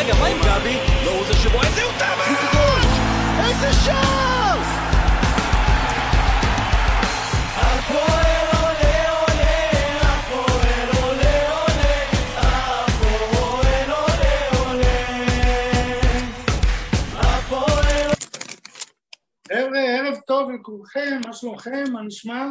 רגע, מה עם גבי? לא הוא זה שבו, איזה הוא טבע! איזה גול! איזה שער! הפועל עולה עולה, הפועל עולה עולה, הפועל עולה עולה, הפועל... חבר'ה, ערב טוב לכולכם, מה שלומכם? מה נשמע?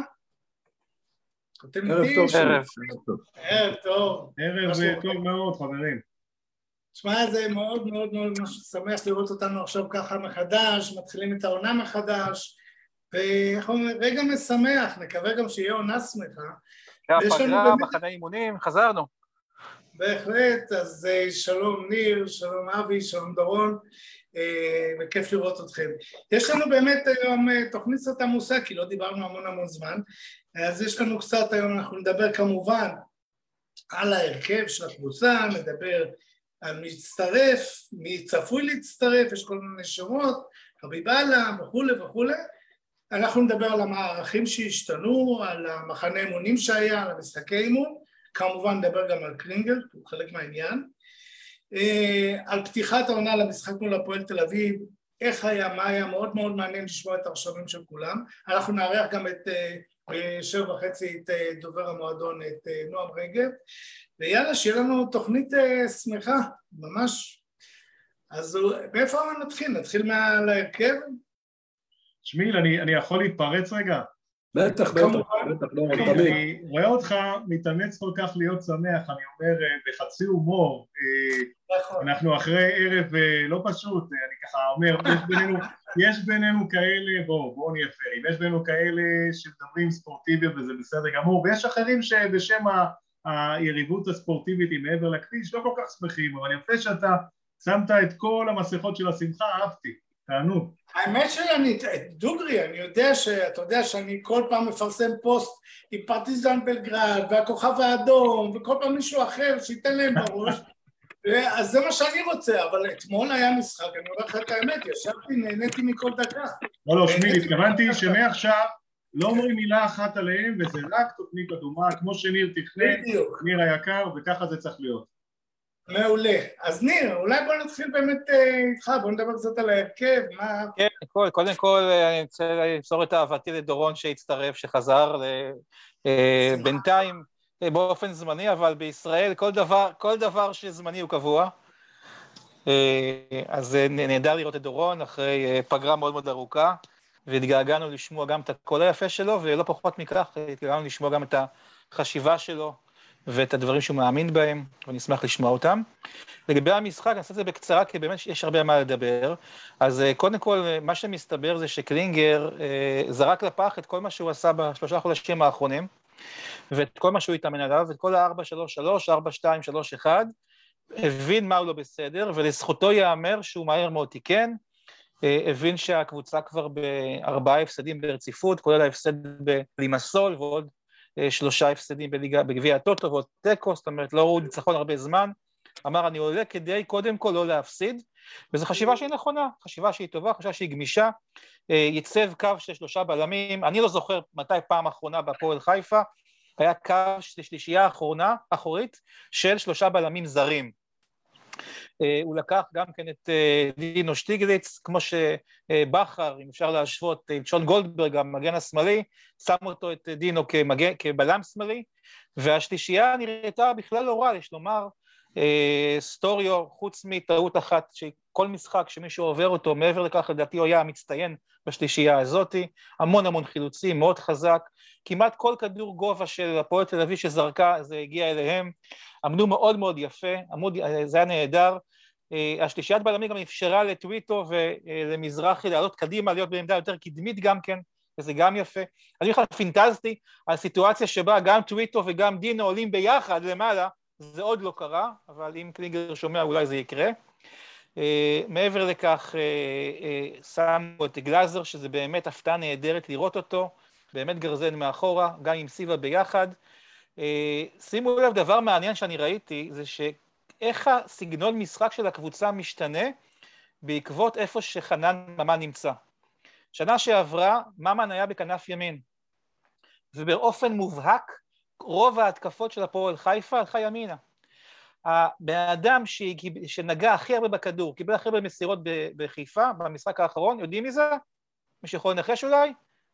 ערב טוב. ערב טוב. ערב טוב מאוד, חברים. תשמע, זה מאוד מאוד מאוד שמח לראות אותנו עכשיו ככה מחדש, מתחילים את העונה מחדש, ורגע משמח, נקווה גם שיהיה עונה שמחה. הפגרה, מחנה אימונים, חזרנו. בהחלט, אז שלום ניר, שלום אבי, שלום דורון, וכיף לראות אתכם. יש לנו באמת היום תוכנית קצת עמוסה, כי לא דיברנו המון זמן, אז יש לנו קצת היום, אנחנו נדבר כמובן על ההרכב של הקבוצה, נדבר על מי יצטרף, מי צפוי להצטרף, יש כל מיני שמות, חביבאללה וכו'. אנחנו נדבר על המערכים שהשתנו, על המחנה אימונים שהיה, על המשחקי אימון, כמובן נדבר גם על קלינגר, הוא חלק מהעניין, על פתיחת העונה למשחק מול הפועל תל אביב, איך היה, מה היה, מאוד מאוד מעניין לשמוע את הרשמים של כולם, אנחנו נארח גם את 7:30 את דובר המועדון, את נועם רגב, ויאללה, שיהיה לנו תוכנית שמחה, ממש. אז באיפה נתחיל? נתחיל מההרכב? שמיל, אני יכול להתפרץ רגע? בטח, אני רואה אותך מתאמץ כל כך להיות שמח, אני אומר בחצי הומור, אנחנו אחרי ערב לא פשוט, אני ככה אומר, יש בינינו כאלה, בואו נהיה פיירים, יש בינינו כאלה שמדברים ספורטיביות וזה בסדר גמור, ויש אחרים שבשם היריבות הספורטיבית היא מעבר לכביש, לא כל כך שמחים, אבל יפה שאתה שמת את כל המסכות של השמחה, אהבתי, תענו. האמת שאני, דוגרי, אני יודע שאתה יודע שאני כל פעם מפרסם פוסט עם פרטיזן בלגרד והכוכב האדום וכל פעם מישהו אחר שייתן להם בראש, אז זה מה שאני רוצה, אבל אתמול היה משחק, אני אומר לך את האמת, ישבתי, נהניתי מכל דקה. לא, שמיל, התכוונתי שמעכשיו לא אומרים מילה אחת עליהם, וזה רק תוכנית אדומה, כמו שניר תכנן, ניר היקר, וככה זה צריך להיות. מעולה. אז ניר, אולי בוא נתחיל באמת איתך, בוא נדבר קצת על ההרכב, מה... כן, קודם כל אני רוצה למסור את אהבתי לדורון שהצטרף, שחזר בינתיים באופן זמני, אבל בישראל כל דבר שזמני הוא קבוע. אז נהדר לראות את דורון אחרי פגרה מאוד מאוד ארוכה, והתגעגענו לשמוע גם את הקול היפה שלו, ולא פחות מכך, התגעגענו לשמוע גם את החשיבה שלו, ואת הדברים שהוא מאמין בהם, ואני אשמח לשמוע אותם. לגבי המשחק, אני אעשה את זה בקצרה, כי באמת יש הרבה מה לדבר. אז קודם כל, מה שמסתבר זה שקלינגר זרק לפח את כל מה שהוא עשה בשלושה חודשים האחרונים, ואת כל מה שהוא התאמן עליו, ואת כל ה-4-3-3, 4-2-3-1, הבין מה הוא לא בסדר, ולזכותו יאמר שהוא מהר מאוד תיקן, הבין שהקבוצה כבר ב4 הפסדים ברציפות, כולל ההפסד בלימסול, ועוד 3 הפסדים בגביע הטוטו ועוד טקו, זאת אומרת לא הוא ניצחון הרבה זמן, אמר אני עולה כדי קודם כל לא להפסיד, וזו חשיבה שהיא נכונה, חשיבה שהיא טובה, חשיבה שהיא גמישה, ייצב קו של 3 בלמים, אני לא זוכר מתי פעם אחרונה בהפועל חיפה, היה קו שלישייה אחורית של 3 בלמים זרים, הוא לקח גם כן את דינו שטיגליץ, כמו שבחר, אם אפשר להשוות, שון גולדברג, המגן השמאלי, שם אותו את דינו כבלם שמאלי, והשלישייה נראיתה בכלל לא רע, יש לומר, סטוריו, חוץ מטעות אחת, שכל משחק שמישהו עובר אותו, מעבר לכך לדעתי הוא היה מצטיין בשלישייה הזאת, המון חילוצים, מאוד חזק, כמעט כל כדור גובה של הפועל תל אביב שזרקה, זה הגיע אליהם, עמדו מאוד מאוד יפה, זה היה נהדר, השלישיית בלמים גם אפשרה לטוויטו ולמזרחי לעלות קדימה, להיות בעמדה יותר קדמית גם כן, וזה גם יפה. אני בכלל פינטזתי על סיטואציה שבה גם טוויטו וגם דינו עולים ביחד למעלה, זה עוד לא קרה, אבל אם קלינגר שומע אולי זה יקרה. מעבר לכך, שמו את גלאזר, שזה באמת הפתעה נהדרת לראות אותו, באמת גרזן מאחורה, גם עם סיבה ביחד. שימו לב, דבר מעניין שאני ראיתי, זה שאיך הסגנון משחק של הקבוצה משתנה, בעקבות איפה שחנן ממן נמצא. שנה שעברה, ממן היה בכנף ימין, ובאופן מובהק, רוב ההתקפות של הפועל חיפה הלכה ימינה. הבן אדם שנגע הכי הרבה בכדור, קיבל הכי הרבה מסירות בחיפה, במשחק האחרון, יודעים מי זה? מי שיכול לנחש אולי?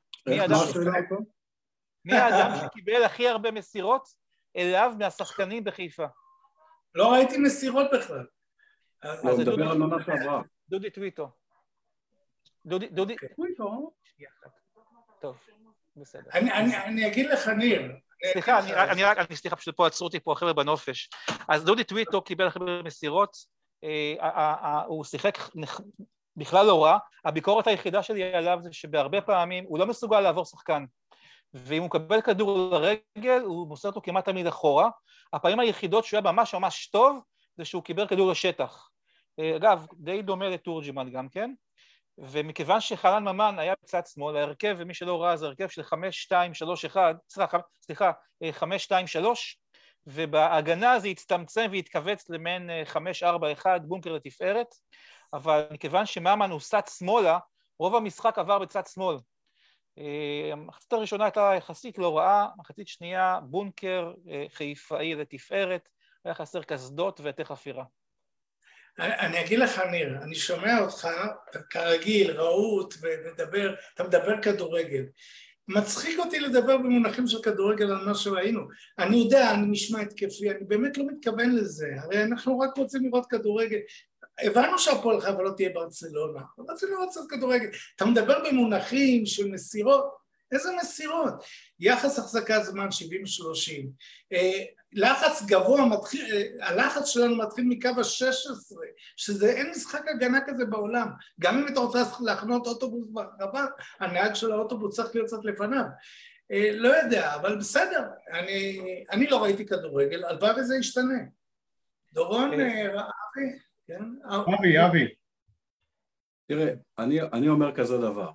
מי האדם שקיבל הכי הרבה מסירות אליו מהשחקנים בחיפה? לא ראיתי מסירות בכלל. לא, מדבר על מנה שעברה. דודי טוויטו. דודי טוויטו? טוב, בסדר. אני אגיד לך, ניר. סליחה, סליחה, פשוט פה עצרו אותי פה החבר'ה בנופש. אז דודי טוויטו קיבל הכי הרבה מסירות, הוא שיחק בכלל לא רע, הביקורת היחידה שלי עליו זה שבהרבה פעמים הוא לא מסוגל לעבור שחקן, ואם הוא מקבל כדור לרגל, הוא מוסר אותו כמעט תמיד אחורה. הפעמים היחידות שהוא היה ממש ממש טוב, זה שהוא קיבל כדור לשטח. אגב, די דומה לתורג'מן גם כן, ומכיוון שחנן ממן היה בצד שמאל, ההרכב, ומי שלא ראה זה הרכב של 5-2-3-1, סליחה, 5-2-3, ובהגנה זה הצטמצם והתכווץ למעין 5-4-1, בונקר לתפארת, אבל מכיוון שממן הוא סד שמאלה, רוב המשחק עבר בצד שמאל. המחצית הראשונה הייתה יחסית לא רעה, מחצית שנייה בונקר חיפאי לתפארת, היה חסר קסדות ועטי חפירה. אני אגיד לך, ניר, אני שומע אותך, כרגיל, רהוט, ומדבר, אתה מדבר כדורגל. מצחיק אותי לדבר במונחים של כדורגל על מה שראינו. אני יודע, אני נשמע התקפי, אני באמת לא מתכוון לזה, הרי אנחנו רק רוצים לראות כדורגל. הבנו שהפועל חיפה לא תהיה ברצלונה, אבל רצינו לראות קצת כדורגל. אתה מדבר במונחים של מסירות, איזה מסירות? יחס החזקה זמן 70-30, לחץ גבוה מתחיל, הלחץ שלנו מתחיל מקו ה-16, שזה אין משחק הגנה כזה בעולם, גם אם אתה רוצה להחנות אוטובוס ברחבה, הנהג של האוטובוס צריך להיות קצת לפניו, לא יודע, אבל בסדר, אני לא ראיתי כדורגל, הלוואי וזה ישתנה. דורון, אבי? כן? אבי. תראה, אני אומר כזה דבר,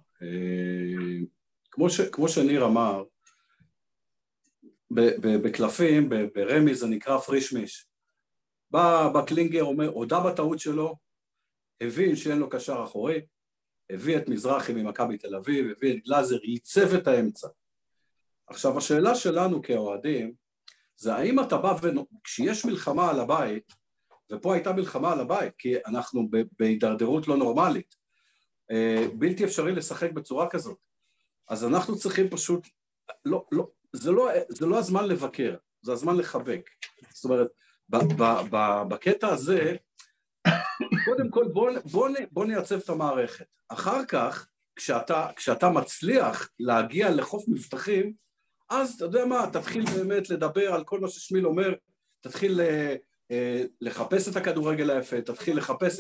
כמו שניר אמר, בקלפים, ברמי זה נקרא פרישמיש. בא קלינגר, הודע בטעות שלו, הבין שאין לו קשר אחורי, הביא את מזרחי ממכבי תל אביב, הביא את גלאזר, ייצב את האמצע. עכשיו השאלה שלנו כאוהדים, זה האם אתה בא כשיש מלחמה על הבית, ופה הייתה מלחמה על הבית, כי אנחנו בהידרדרות לא נורמלית, בלתי אפשרי לשחק בצורה כזאת. אז אנחנו צריכים פשוט, זה לא הזמן לבקר, זה הזמן לחבק. זאת אומרת, בקטע הזה, קודם כל בוא נייצב את המערכת. אחר כך, כשאתה מצליח להגיע לחוף מבטחים, אז אתה יודע מה, תתחיל באמת לדבר על כל מה ששמיל אומר, תתחיל לחפש את הכדורגל היפה, תתחיל לחפש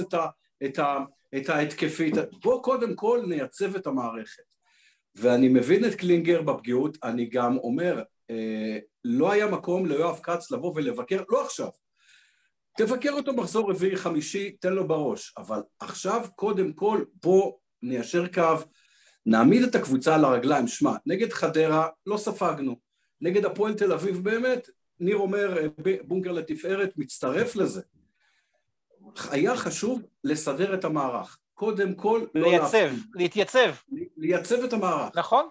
את ההתקפית, בוא קודם כל נייצב את המערכת. ואני מבין את קלינגר בפגיעות, אני גם אומר, לא היה מקום ליואב כץ לבוא ולבקר, לא עכשיו, תבקר אותו מחזור רביעי חמישי, תן לו בראש, אבל עכשיו קודם כל בוא ניישר קו, נעמיד את הקבוצה על הרגליים, שמע, נגד חדרה לא ספגנו, נגד הפועל תל אביב באמת, ניר אומר בונקר לתפארת, מצטרף לזה, היה חשוב לסדר את המערך, קודם כל להתייצב את המערך. נכון.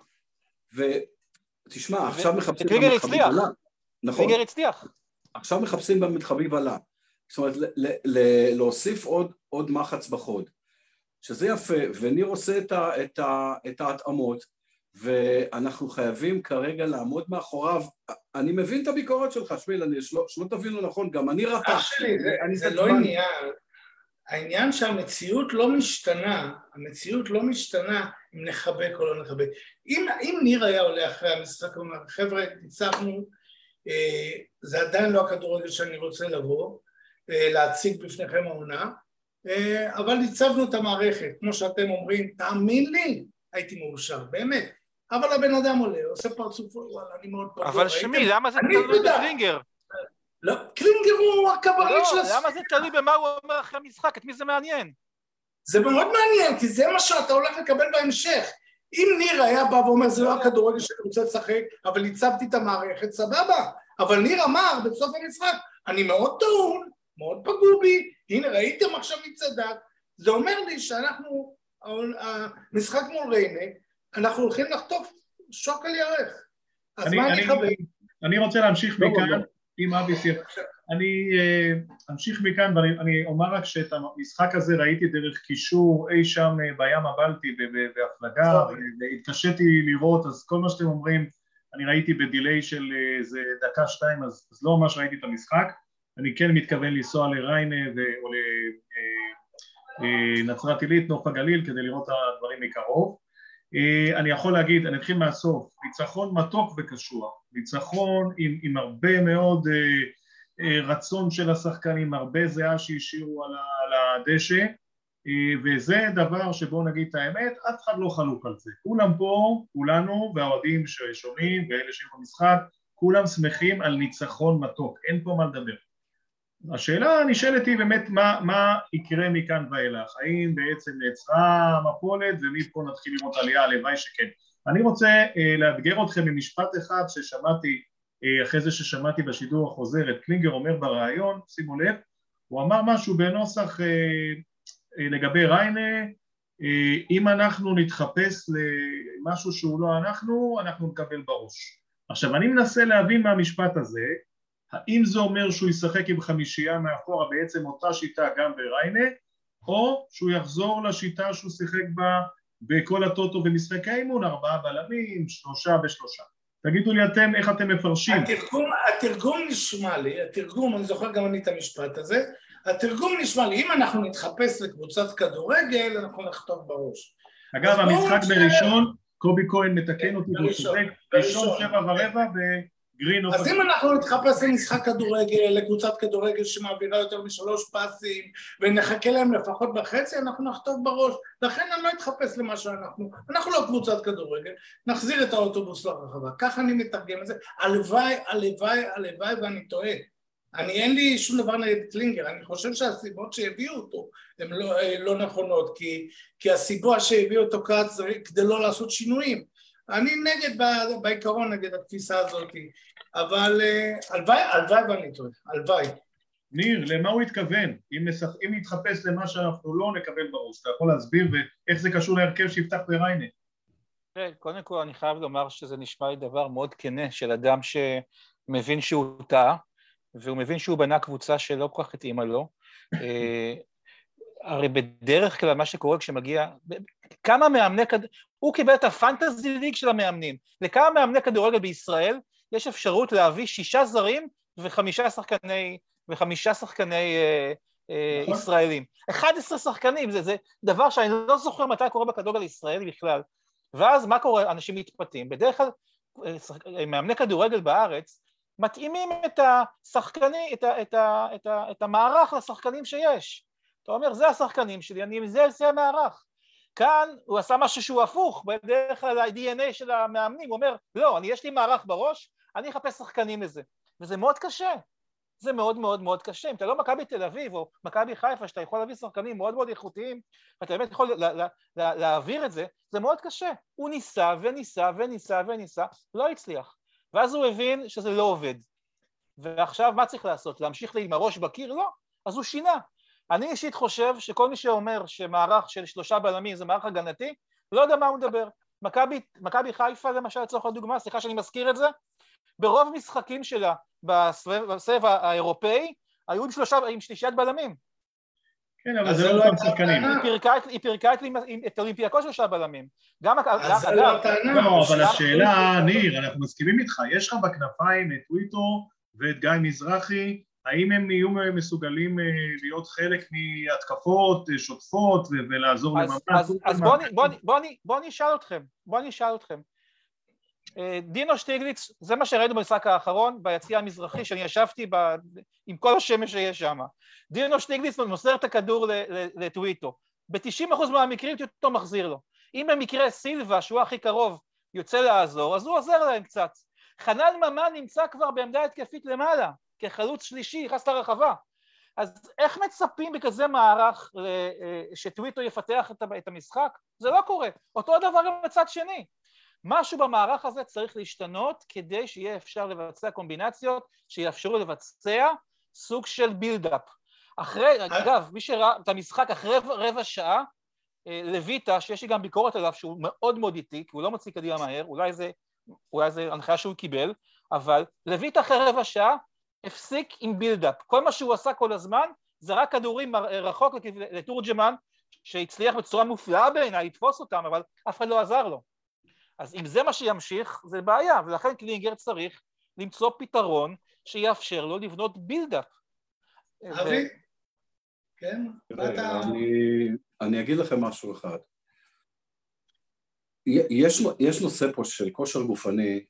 ותשמע, עכשיו מחפשים במתחביב עלה. נכון. קלינגר הצליח. עכשיו מחפשים במתחביב עלה. זאת אומרת, להוסיף עוד מחץ בחוד. שזה יפה, וניר עושה את ההתאמות, ואנחנו חייבים כרגע לעמוד מאחוריו. אני מבין את הביקורת שלך, שמיל, שלא תבינו נכון, גם אני רתח. זה לא עניין. העניין שהמציאות לא משתנה, המציאות לא משתנה אם נחבק או לא נחבק. אם ניר היה עולה אחרי המשחק, אומר, חבר'ה, ניצחנו, זה עדיין לא הכדורגל שאני רוצה לבוא, להציג בפניכם העונה, אבל ניצבנו את המערכת, כמו שאתם אומרים, תאמין לי, הייתי מאושר, באמת. אבל הבן אדם עולה, עושה פרצוף, וואלה, אני מאוד פגוע. אבל שמי, למה זה תלוי בקלינגר? לא, קלינגר הוא הקברית של הספק. למה זה תלוי במה הוא אומר אחרי המשחק? את מי זה מעניין? זה מאוד מעניין, כי זה מה שאתה הולך לקבל בהמשך. אם ניר היה בא ואומר, זה לא הכדורגל שאני רוצה לשחק, אבל הצבתי את המערכת, סבבה. אבל ניר אמר בסוף המשחק, אני מאוד טעון, מאוד פגעו בי, הנה ראיתם עכשיו מצדק, זה אומר לי שאנחנו, המשחק מול ריינה, אנחנו הולכים לחטוף שוק על ירך. אז מה אני חבר? אני רוצה להמשיך מכאן, עם אבי סייף. אני אמשיך מכאן ואני אומר רק שאת המשחק הזה ראיתי דרך קישור אי שם בים הבלטי בהפלגה, והתקשיתי לראות, אז כל מה שאתם אומרים אני ראיתי בדיליי של איזה דקה-שתיים, אז לא ממש ראיתי את המשחק. אני כן מתכוון לנסוע לריינה או לנצרת עילית, נוף הגליל, כדי לראות את הדברים מקרוב. אני יכול להגיד, אני אתחיל מהסוף, ניצחון מתוק וקשוח, ניצחון עם הרבה מאוד רצון של השחקנים, הרבה זהה שהשאירו על הדשא, וזה דבר שבואו נגיד את האמת, אף אחד לא חלוק על זה. כולם פה, כולנו, והאוהדים ששומעים ואלה שהיו במשחק, כולם שמחים על ניצחון מתוק, אין פה מה לדבר. השאלה נשאלת היא באמת מה יקרה מכאן ואילך, האם בעצם נעצרה מפולת ומפה נתחיל לראות עלייה, הלוואי שכן. אני רוצה לאתגר אתכם במשפט אחד ששמעתי, אחרי זה ששמעתי בשידור החוזר, את קלינגר אומר ברעיון, שימו לב, הוא אמר משהו בנוסח לגבי ריינה, אם אנחנו נתחפש למשהו שהוא לא אנחנו נקבל בראש. עכשיו אני מנסה להבין מהמשפט הזה, האם זה אומר שהוא ישחק עם חמישייה מאחורה בעצם אותה שיטה גם בריינה, או שהוא יחזור לשיטה שהוא שיחק בה בכל הטוטו במשחק האימון, 4 בלמים, 3 ו3. תגידו לי אתם איך אתם מפרשים. התרגום נשמע לי, אני זוכר גם אני את המשפט הזה, התרגום נשמע לי, אם אנחנו נתחפש לקבוצת כדורגל, אנחנו נחטוף בראש. אגב, המשחק בראשון, קובי כהן מתקן אותי, ראשון 7:15 וגרין. אז אם אנחנו נתחפש למשחק כדורגל, לקבוצת כדורגל שמעבירה יותר מ3 פסים, ונחכה להם לפחות בחצי, אנחנו נחטוף בראש. לכן אני לא אתחפש למה אנחנו לא קבוצת כדורגל, נחזיר את האוטובוס לרחבה. ככה אני מתרגם את זה. הלוואי ואני טועה. אין לי שום דבר נגד קלינגר, אני חושב שהסיבות שהביאו אותו הן לא נכונות, כי הסיבה שהביאו אותו כדי לא לעשות שינויים. אני בעיקרון נגד התפיסה הזאת, אבל הלוואי ואני טועה, הלוואי. ניר, למה הוא התכוון? אם נתחפש למה שאנחנו לא נקבל בראש, אתה יכול להסביר ואיך זה קשור להרכב שיפתח בריינה? קודם כל אני חייב לומר שזה נשמע לי דבר מאוד כנה של אדם שמבין שהוא טעה, והוא מבין שהוא בנה קבוצה שלא כל כך התאימה לו. הרי בדרך כלל מה שקורה כשמגיע, כמה מאמני, הוא קיבל את הפנטזי ליג של המאמנים, לכמה מאמני כדורגל בישראל יש אפשרות להביא 6 זרים ו5 שחקני ישראלים. 11 שחקנים, זה דבר שאני לא זוכר מתי קורה בכדורגל הישראלי בכלל. ואז מה קורה? אנשים מתפתים. בדרך כלל מאמני כדורגל בארץ, מתאימים את השחקני, את המערך לשחקנים שיש. אתה אומר, זה השחקנים שלי, אני עם זה המערך. כאן הוא עשה משהו שהוא הפוך, בדרך כלל ה-DNA של המאמנים, הוא אומר, לא, יש לי מערך בראש, אני אחפש שחקנים לזה. וזה מאוד קשה. זה מאוד מאוד מאוד קשה. אם אתה לא מכבי תל אביב או מכבי חיפה, שאתה יכול להביא שחקנים מאוד מאוד איכותיים, ואתה באמת יכול להעביר את זה, זה מאוד קשה. הוא ניסה וניסה וניסה וניסה, לא הצליח. ואז הוא הבין שזה לא עובד. ועכשיו מה צריך לעשות? להמשיך עם הראש בקיר? לא. אז הוא שינה. אני אישית חושב שכל מי שאומר שמערך של 3 בלמים זה מערך הגנתי, לא יודע מה הוא מדבר. מכבי חיפה למשל לצורך הדוגמה, סליחה שאני מזכיר את זה, ברוב משחקים שלה בסבב האירופאי, היו עם 3 בלמים. כן, אבל זה לא אותם שחקנים. היא פירקה את אולימפיאקוס 3 בלמים. לא, אבל השאלה, ניר, אנחנו מסכימים איתך, יש לך בכנפיים את טוויטו ואת גיא מזרחי, האם הם יהיו מסוגלים להיות חלק מהתקפות, שוטפות ולעזור לממש? אז בוא נשאל אתכם. דינו שטיגליץ, זה מה שראינו במשחק האחרון, ביציע המזרחי, שאני ישבתי עם כל השמש שיש שם. דינו שטיגליץ מוסר את הכדור לטוויטו. ב-90% מהמקרים טוויטו מחזיר לו. אם במקרה סילבה, שהוא הכי קרוב, יוצא לעזור, אז הוא עוזר להם קצת. חנן ממן נמצא כבר בעמדה התקפית למעלה, כחלוץ שלישי, נכנס לרחבה. אז איך מצפים בכזה מערך שטוויטו יפתח את המשחק? זה לא קורה. אותו דבר גם בצד שני. משהו במערך הזה צריך להשתנות כדי שיהיה אפשר לבצע קומבינציות שיאפשרו לבצע סוג של בילדאפ. אגב, מי שראה את המשחק אחרי רבע שעה, לויטה, שיש לי גם ביקורת עליו שהוא מאוד מאוד איטי, כי הוא לא מוציא קדימה מהר, אולי זה הנחיה שהוא קיבל, אבל לויטה אחרי רבע שעה הפסיק עם בילדאפ. כל מה שהוא עשה כל הזמן, זה רק כדורים רחוק לתורג'מן, שהצליח בצורה מופלאה בעיניי לתפוס אותם, אבל אף אחד לא עזר לו. אז אם זה מה שימשיך, זה בעיה, ולכן קלינגר צריך למצוא פתרון שיאפשר לו לבנות בילדאפ. אבי? כן? אני אגיד לכם משהו אחד. יש נושא פה של כושר גופני,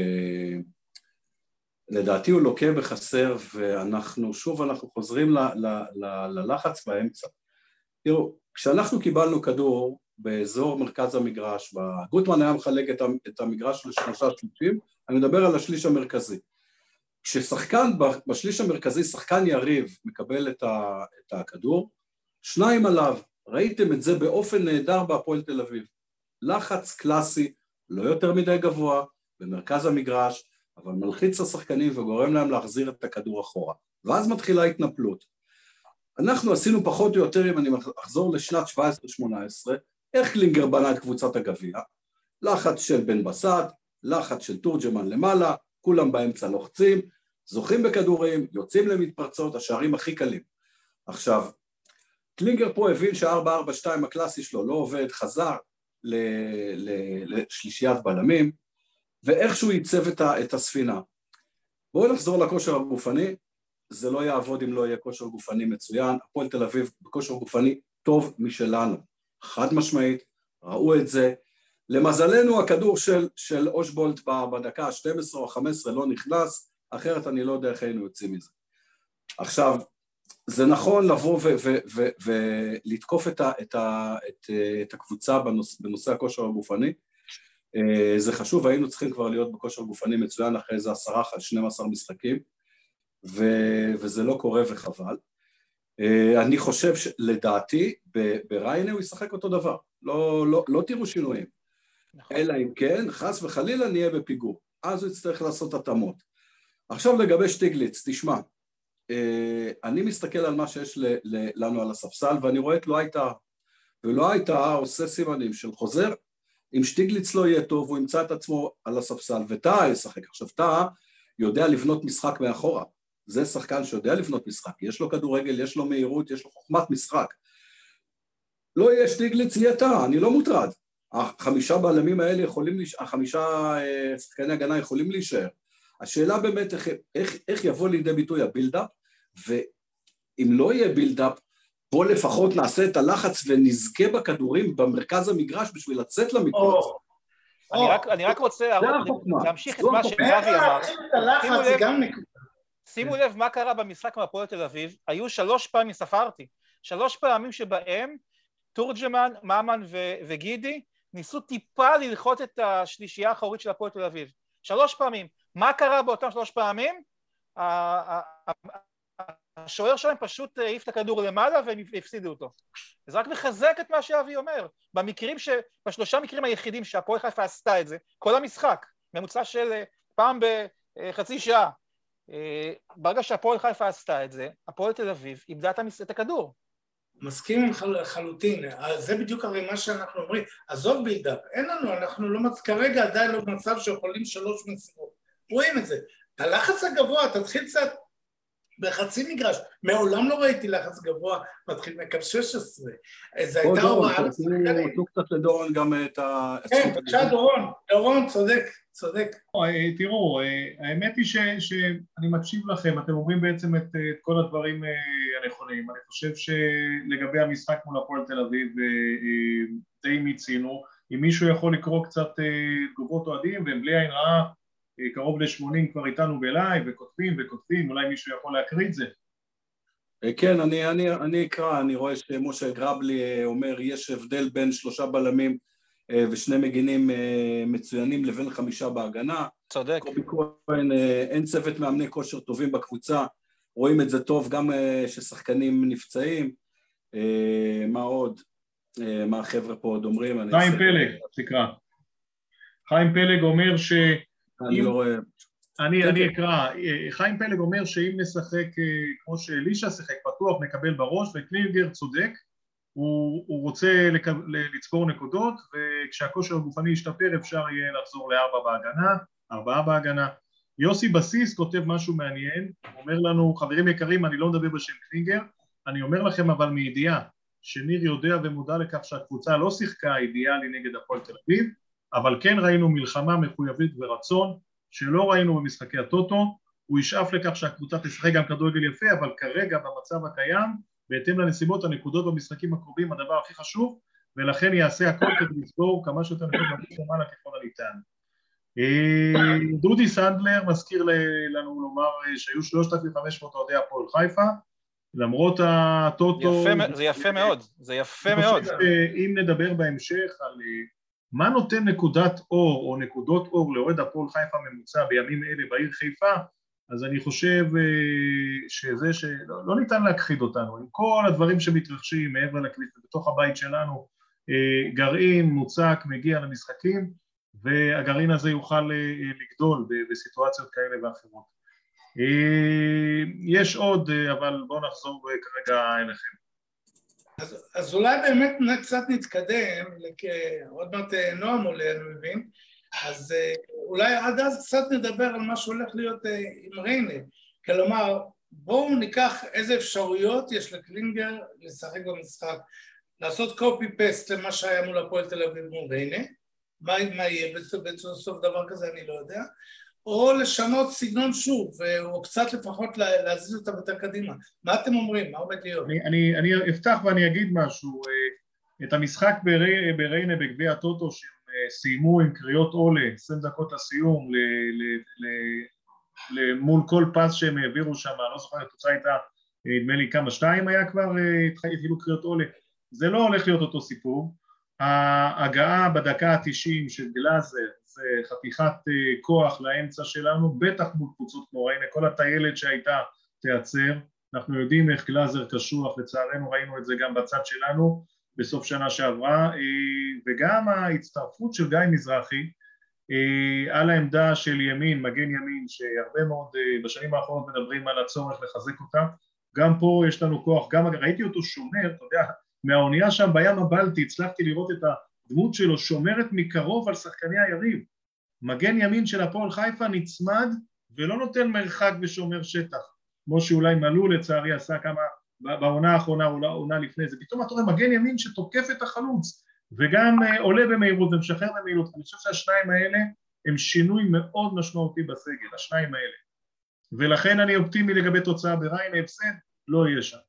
שלדעתי הוא לוקה בחסר, ואנחנו חוזרים ללחץ באמצע. תראו, כשאנחנו קיבלנו כדור באזור מרכז המגרש, גוטמן היה מחלק את המגרש לשלושה שלישים, אני מדבר על השליש המרכזי. כששחקן בשליש המרכזי, שחקן יריב, מקבל את הכדור, שניים עליו, ראיתם את זה באופן נהדר בהפועל תל אביב. לחץ קלאסי, לא יותר מדי גבוה, במרכז המגרש, אבל מלחיץ לשחקנים וגורם להם להחזיר את הכדור אחורה. ואז מתחילה התנפלות. אנחנו עשינו פחות או יותר, אם אני אחזור לשנת 17-18, איך קלינגר בנה את קבוצת הגביע? לחץ של בן בסט, לחץ של תורג'מן למעלה, כולם באמצע לוחצים, זוכים בכדורים, יוצאים למתפרצות, השערים הכי קלים. עכשיו, קלינגר פה הבין שה-4-4-2 הקלאסי שלו לא עובד, חזר לשלישיית בלמים, ואיכשהו ייצב את הספינה. בואו נחזור לכושר הגופני, זה לא יעבוד אם לא יהיה כושר גופני מצוין, הפועל תל אביב בכושר גופני טוב משלנו, חד משמעית, ראו את זה, למזלנו הכדור של אושבולט בדקה ה-12 או ה-15 לא נכנס, אחרת אני לא יודע איך היינו יוצאים מזה. עכשיו, זה נכון לבוא ולתקוף את הקבוצה בנושא הכושר הגופני, זה חשוב, היינו צריכים כבר להיות בכושר גופני מצוין אחרי איזה 10-12 משחקים, וזה לא קורה וחבל. אני חושב שלדעתי בריינה הוא ישחק אותו דבר, לא תראו שינויים, אלא אם כן, חס וחלילה נהיה בפיגור, אז הוא יצטרך לעשות התאמות. עכשיו לגבי שטיגליץ, תשמע, אני מסתכל על מה שיש לנו על הספסל, ואני רואה את לא הייתה עושה סימנים של חוזר, אם שטיגליץ לא יהיה טוב, הוא ימצא את עצמו על הספסל, וטאה ישחק. עכשיו, טאה יודע לבנות משחק מאחורה, זה שחקן שיודע לבנות משחק, יש לו כדורגל, יש לו מהירות, יש לו חוכמת משחק. לא יהיה שטיגליץ, יהיה טאה, אני לא מוטרד. החמישה בלמים האלה החמישה שחקני הגנה יכולים להישאר. השאלה באמת איך יבוא לידי ביטוי הבילדאפ, ואם לא יהיה בילדאפ, בוא לפחות נעשה את הלחץ ונזכה בכדורים במרכז המגרש בשביל לצאת למגרש. אני רק רוצה להמשיך את מה שאבי אמר. שימו לב מה קרה במשחק מהפועל תל אביב, היו 3 פעמים, ספרתי, 3 פעמים שבהם תורג'מן, ממן וגידי ניסו טיפה ללחוץ את השלישייה האחורית של הפועל תל אביב. 3 פעמים. מה קרה באותם 3 פעמים? השוער שלהם פשוט העיף את הכדור למעלה והם הפסידו אותו. זה רק מחזק את מה שאבי אומר. בשלושה מקרים היחידים שהפועל חיפה עשתה את זה, כל המשחק, ממוצע של פעם בחצי שעה, ברגע שהפועל חיפה עשתה את זה, הפועל תל אביב איבדה את הכדור. מסכים עם חלוטין, זה בדיוק הרי מה שאנחנו אומרים, עזוב בילדאפ, אין לנו, אנחנו לא כרגע עדיין לא במצב שיכולים 3 מסירות, רואים את זה, הלחץ הגבוה, תתחיל קצת בחצי מגרש, מעולם לא ראיתי לחץ גבוה, מתחיל מקו 16, זה הייתה הוראה לשחקנים. תנו קצת לדורון גם את כן, בבקשה דורון, צודק. תראו, האמת היא שאני מקשיב לכם, אתם אומרים בעצם את כל הדברים הנכונים, אני חושב שלגבי המשחק מול הפועל תל אביב די מיצינו, אם מישהו יכול לקרוא קצת תגובות אוהדים, והם בלי עין רעה, קרוב ל-80 כבר איתנו בלייב, וכותבים, אולי מישהו יכול להקריא את זה. כן, אני אקרא, אני רואה שמשה גרבלי אומר, יש הבדל בין 3 בלמים ו2 מגינים מצוינים לבין 5 בהגנה. צודק. קובי כהן, אין צוות מאמני כושר טובים בקבוצה, רואים את זה טוב גם ששחקנים נפצעים. מה עוד? מה החבר'ה פה עוד אומרים? חיים פלג, תקרא. חיים פלג אומר ש... אני לא רואה... אני אקרא, חיים פלג אומר שאם נשחק כמו שאלישה שחק פתוח נקבל בראש, וקלינגר צודק, הוא רוצה לצבור נקודות, וכשהכושר הגופני ישתפר אפשר יהיה לחזור ל4 בהגנה, 4 בהגנה, יוסי בסיס כותב משהו מעניין, הוא אומר לנו, חברים יקרים, אני לא מדבר בשם קלינגר, אני אומר לכם אבל מידיעה, שניר יודע ומודע לכך שהקבוצה לא שיחקה אידיאלי נגד הפועל תל אביב, אבל כן ראינו מלחמה מחויבית ורצון, שלא ראינו במשחקי הטוטו, הוא ישאף לכך שהקבוצה תשחק גם כדורגל יפה, אבל כרגע במצב הקיים, בהתאם לנסיבות הנקודות במשחקים הקרובים, הדבר הכי חשוב, ולכן יעשה הכל כדי לסגור כמה שיותר נקודות למעלה ככל הניתן. דודי סנדלר מזכיר לנו לומר שהיו 3,500 אוהדי הפועל חיפה, למרות הטוטו... זה יפה מאוד, זה יפה מאוד. אם נדבר בהמשך על מה נותן נקודת אור או נקודות אור לאוהד הפועל חיפה ממוצע בימים אלה בעיר חיפה, אז אני חושב שזה שלא ניתן להכחיד אותנו, עם כל הדברים שמתרחשים מעבר לכביש בתוך הבית שלנו, גרעין מוצק מגיע למשחקים, והגרעין הזה יוכל לגדול בסיטואציות כאלה ואחרות. יש עוד, אבל בואו נחזור כרגע אליכם. אז אולי באמת קצת נתקדם, עוד מעט נועם עולה, אני מבין, אז אולי עד אז קצת נדבר על מה שהולך להיות עם ריינה. כלומר, בואו ניקח איזה אפשרויות יש לקלינגר לשחק במשחק, לעשות קופי-פסט למה שהיה מול הפועל תל אביב מול ריינה, מה יהיה בסוף דבר כזה אני לא יודע, או לשנות סגנון שוב, או קצת לפחות להזיז אותם יותר קדימה. מה אתם אומרים? מה עומד להיות? אני אפתח ואני אגיד משהו. את המשחק בריינה בגביע הטוטו שהם סיימו עם קריאות עולה, 20 דקות לסיום, מול כל פס שהם העבירו שם, אני לא זוכר, התוצאה הייתה, נדמה לי כמה 2 היה כבר, התחילו קריאות עולה. זה לא הולך להיות אותו סיפור. ההגעה בדקה ה-90 של גלאזר, זה חתיכת כוח לאמצע שלנו, בטח מול קבוצות כמו ריינה, כל הטיילת שהייתה תיעצר, אנחנו יודעים איך גלאזר קשוח, לצערנו ראינו את זה גם בצד שלנו, בסוף שנה שעברה, וגם ההצטרפות של גיא מזרחי, על העמדה של ימין, מגן ימין, שהרבה מאוד בשנים האחרונות מדברים על הצורך לחזק אותה, גם פה יש לנו כוח, גם ראיתי אותו שומר, אתה יודע, מהאונייה שם בים הבלטי, הצלחתי לראות את הדמות שלו שומרת מקרוב על שחקני היריב. מגן ימין של הפועל חיפה נצמד ולא נותן מרחק ושומר שטח, כמו שאולי מלול לצערי עשה כמה בעונה האחרונה, עונה לפני זה. פתאום אתה רואה מגן ימין שתוקף את החלוץ, וגם עולה במהירות ומשחרר במהירות. אני חושב שהשניים האלה הם שינוי מאוד משמעותי בסגל, השניים האלה. ולכן אני אופטימי לגבי תוצאה בריינה, הפסד, לא יהיה שם.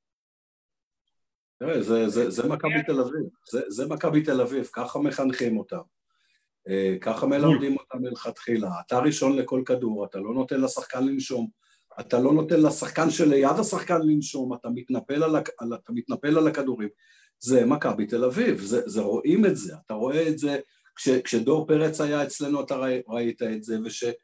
זה מכבי תל אביב, זה מכבי תל אביב, ככה מחנכים אותם, ככה מלמדים אותם מלכתחילה, אתה ראשון לכל כדור, אתה לא נותן לשחקן לנשום, אתה לא נותן לשחקן שליד השחקן לנשום, אתה מתנפל על הכדורים, זה מכבי תל אביב, זה רואים את זה, אתה רואה את זה, כשדור פרץ היה אצלנו אתה ראית את זה,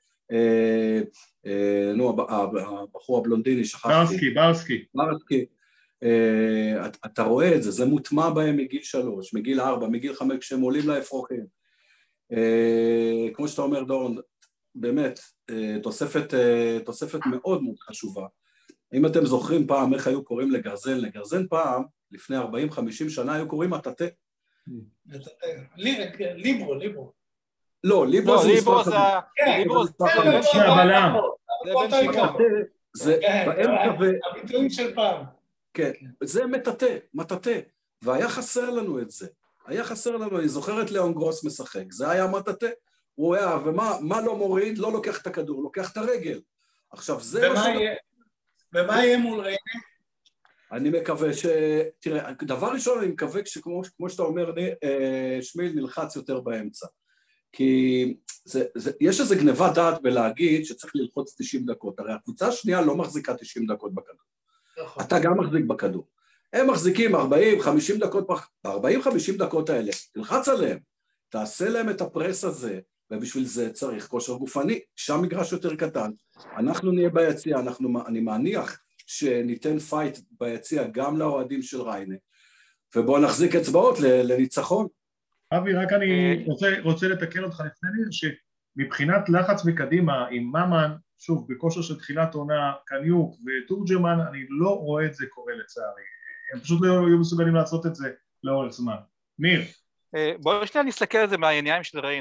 הבחור הבלונדיני שכחתי, ברסקי, אתה רואה את זה, זה מוטמע בהם מגיל 3, מגיל 4, מגיל 5, כשהם עולים לאפרוחים. כמו שאתה אומר דורון, באמת, תוספת מאוד מאוד חשובה. אם אתם זוכרים פעם איך היו קוראים לגרזן פעם, לפני 40-50 שנה היו קוראים מטאטה. ליברו. לא, ליברו זה הבלם. זה באמצע הביטויים של פעם. כן, זה מטאטה, והיה חסר לנו את זה. אני זוכר את ליאון גרוס משחק, זה היה מטאטה. הוא היה, ומה לא מוריד? לא לוקח את הכדור, לוקח את הרגל. עכשיו זה... ומה יהיה מול ריינה? אני מקווה תראה, דבר ראשון אני מקווה כמו שאתה אומר, שמיל נלחץ יותר באמצע. כי יש איזו גניבת דעת בלהגיד שצריך ללחוץ 90 דקות. הרי הקבוצה השנייה לא מחזיקה 90 דקות בכדור. אתה גם מחזיק בכדור. הם מחזיקים 40-50 דקות, 40-50 דקות האלה, תלחץ עליהם, תעשה להם את הפרס הזה, ובשביל זה צריך כושר גופני, שם מגרש יותר קטן, אנחנו נהיה ביציע, אני מניח שניתן פייט ביציע גם לאוהדים של ריינה, ובואו נחזיק אצבעות לניצחון. אבי, רק אני רוצה לתקן אותך לפני ניר, שמבחינת לחץ מקדימה עם ממן, שוב, בכושר של תחילת עונה, קניוק וטורג'מן, אני לא רואה את זה קורה לצערי. הם פשוט לא היו מסוגלים לעשות את זה לאורך זמן. ניר. בואו שנייה נסתכל על זה מהעיניים של ריינה.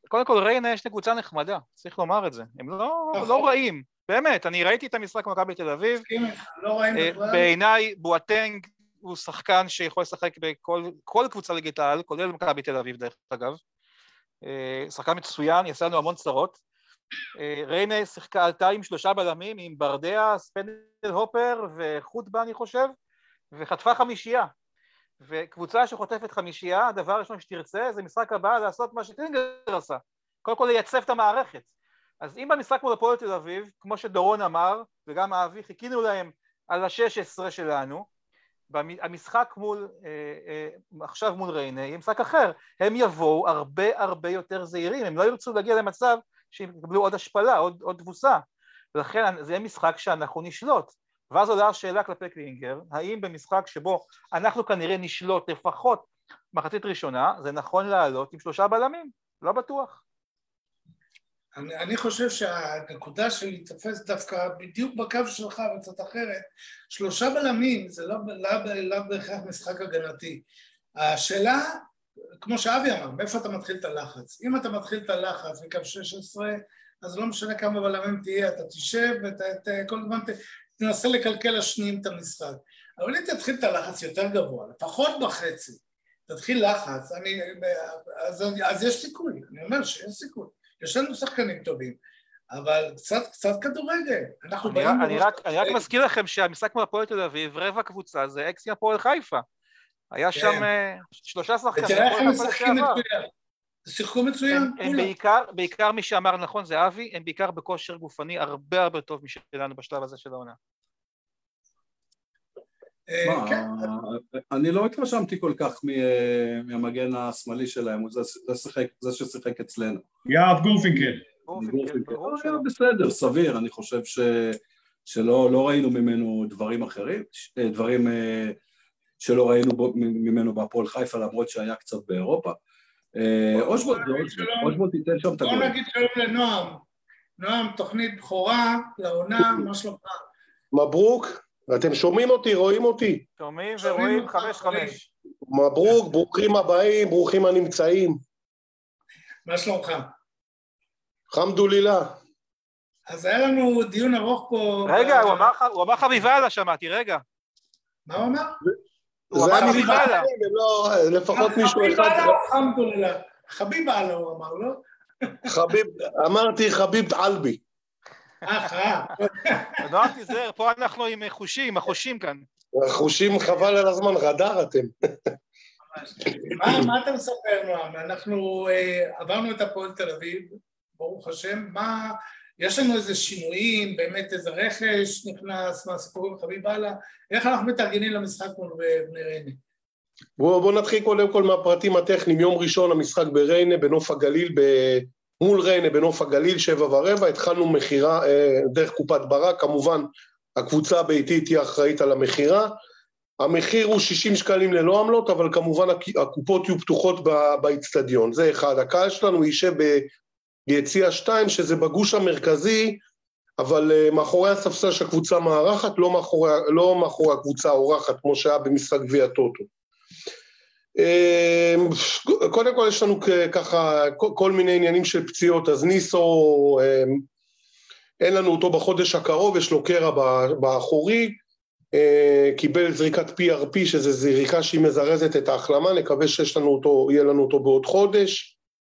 קודם כל ריינה יש קבוצה נחמדה, צריך לומר את זה, הם לא רעים, באמת, אני ראיתי את המשחק במכבי בתל אביב, בעיניי בואטנג הוא שחקן שיכול לשחק בכל קבוצה ליגת העל, כולל מכבי בתל אביב דרך אגב, שחקן מצוין, יעשה לנו המון צרות, ריינה עלתה עם 3 בלמים, עם ברדיה, ספנדל הופר וחוטבה אני חושב, וחטפה 5, וקבוצה שחוטפת 5, הדבר הראשון שתרצה זה משחק הבא לעשות מה שקלינגר עשה, קודם כל לייצב את המערכת, אז אם במשחק מול הפועל תל אביב, כמו שדורון אמר, וגם אבי, חיכינו להם על ה-16 שלנו, המשחק עכשיו מול ריינה, יהיה משחק אחר, הם יבואו הרבה יותר זהירים, הם לא ירצו להגיע למצב שהם יקבלו עוד השפלה, עוד תבוסה, ולכן זה יהיה משחק שאנחנו נשלוט, ואז עולה השאלה כלפי קלינגר, האם במשחק שבו אנחנו כנראה נשלוט לפחות מחצית ראשונה, זה נכון לעלות עם 3 בלמים? לא בטוח. אני חושב שהנקודה שלי תפס דווקא בדיוק בקו שלך וקצת אחרת, 3 בלמים זה לא בהכרח משחק הגנתי. השאלה, כמו שאבי אמר, מאיפה אתה מתחיל את הלחץ? אם אתה מתחיל את הלחץ מקו 16, אז לא משנה כמה בלמים תהיה, אתה תשב וכל הזמן תנסה לקלקל השניים את המשחק. אבל אם תתחיל את הלחץ יותר גבוה, לפחות בחצי, תתחיל לחץ, אז יש סיכוי, אני אומר שיש סיכוי. יש לנו שחקנים טובים, אבל קצת כדורגל. אני רק מזכיר לכם שהמשחק מול הפועל תל אביב, רבע קבוצה, זה אקס הפועל חיפה. היה שם 3 שחקנים. ותראה איך הם משחקים מצוין. זה שיחקו מצוין. בעיקר מי שאמר נכון זה אבי, הם בעיקר בכושר גופני הרבה טוב משלנו בשלב הזה של העונה. אני לא התרשמתי כל כך מהמגן השמאלי שלהם, זה ששיחק אצלנו. יאב גורפינקל. בסדר, סביר, אני חושב שלא ראינו ממנו דברים אחרים, דברים שלא ראינו ממנו בהפועל חיפה, למרות שהיה קצת באירופה. אושבולט תיתן שם את הגול. בוא נגיד שלום לנועם. נועם, תוכנית בכורה, לעונה, מה שלומך? מברוק. אתם שומעים אותי, רואים אותי? שומעים ורואים 5-5. מברוק, ברוכים הבאים, ברוכים הנמצאים. מה שלומך? חמדולילה. אז היה לנו דיון ארוך פה... רגע, הוא אמר חביבה, שמעתי, רגע. מה הוא אמר? הוא אמר חביבה. לפחות מישהו אחד... חמדולילה. חביבה הוא אמר, לא? אמרתי חביב אלבי. לא תיזהר, פה אנחנו עם חושים, החושים כאן. חושים חבל על הזמן, רדאר אתם. מה אתה מספר, נועם? אנחנו עברנו את הפועל תל אביב, ברוך השם, יש לנו איזה שינויים, באמת איזה רכש נכנס, מה סיפורים חביב הלאה, איך אנחנו מתארגנים למשחק מול בני ריינה? בוא נתחיל קודם כל מהפרטים הטכניים, יום ראשון המשחק בריינה, בנוף הגליל, מול ריינה בנוף הגליל, 7:15, התחלנו מחירה דרך קופת ברק, כמובן הקבוצה הביתית היא אחראית על המחירה, המחיר הוא 60 שקלים ללא עמלות, אבל כמובן הקופות יהיו פתוחות באצטדיון, זה אחד, הקהל שלנו יישב ביציע 2, שזה בגוש המרכזי, אבל מאחורי הספסל שהקבוצה מארחת, לא מאחורי הקבוצה האורחת, כמו שהיה במשחק גביע הטוטו. קודם כל יש לנו ככה כל מיני עניינים של פציעות, אז ניסו, אין לנו אותו בחודש הקרוב, יש לו קרע באחורי, קיבל זריקת PRP, שזה זריקה שהיא מזרזת את ההחלמה, נקווה יהיה לנו אותו בעוד חודש.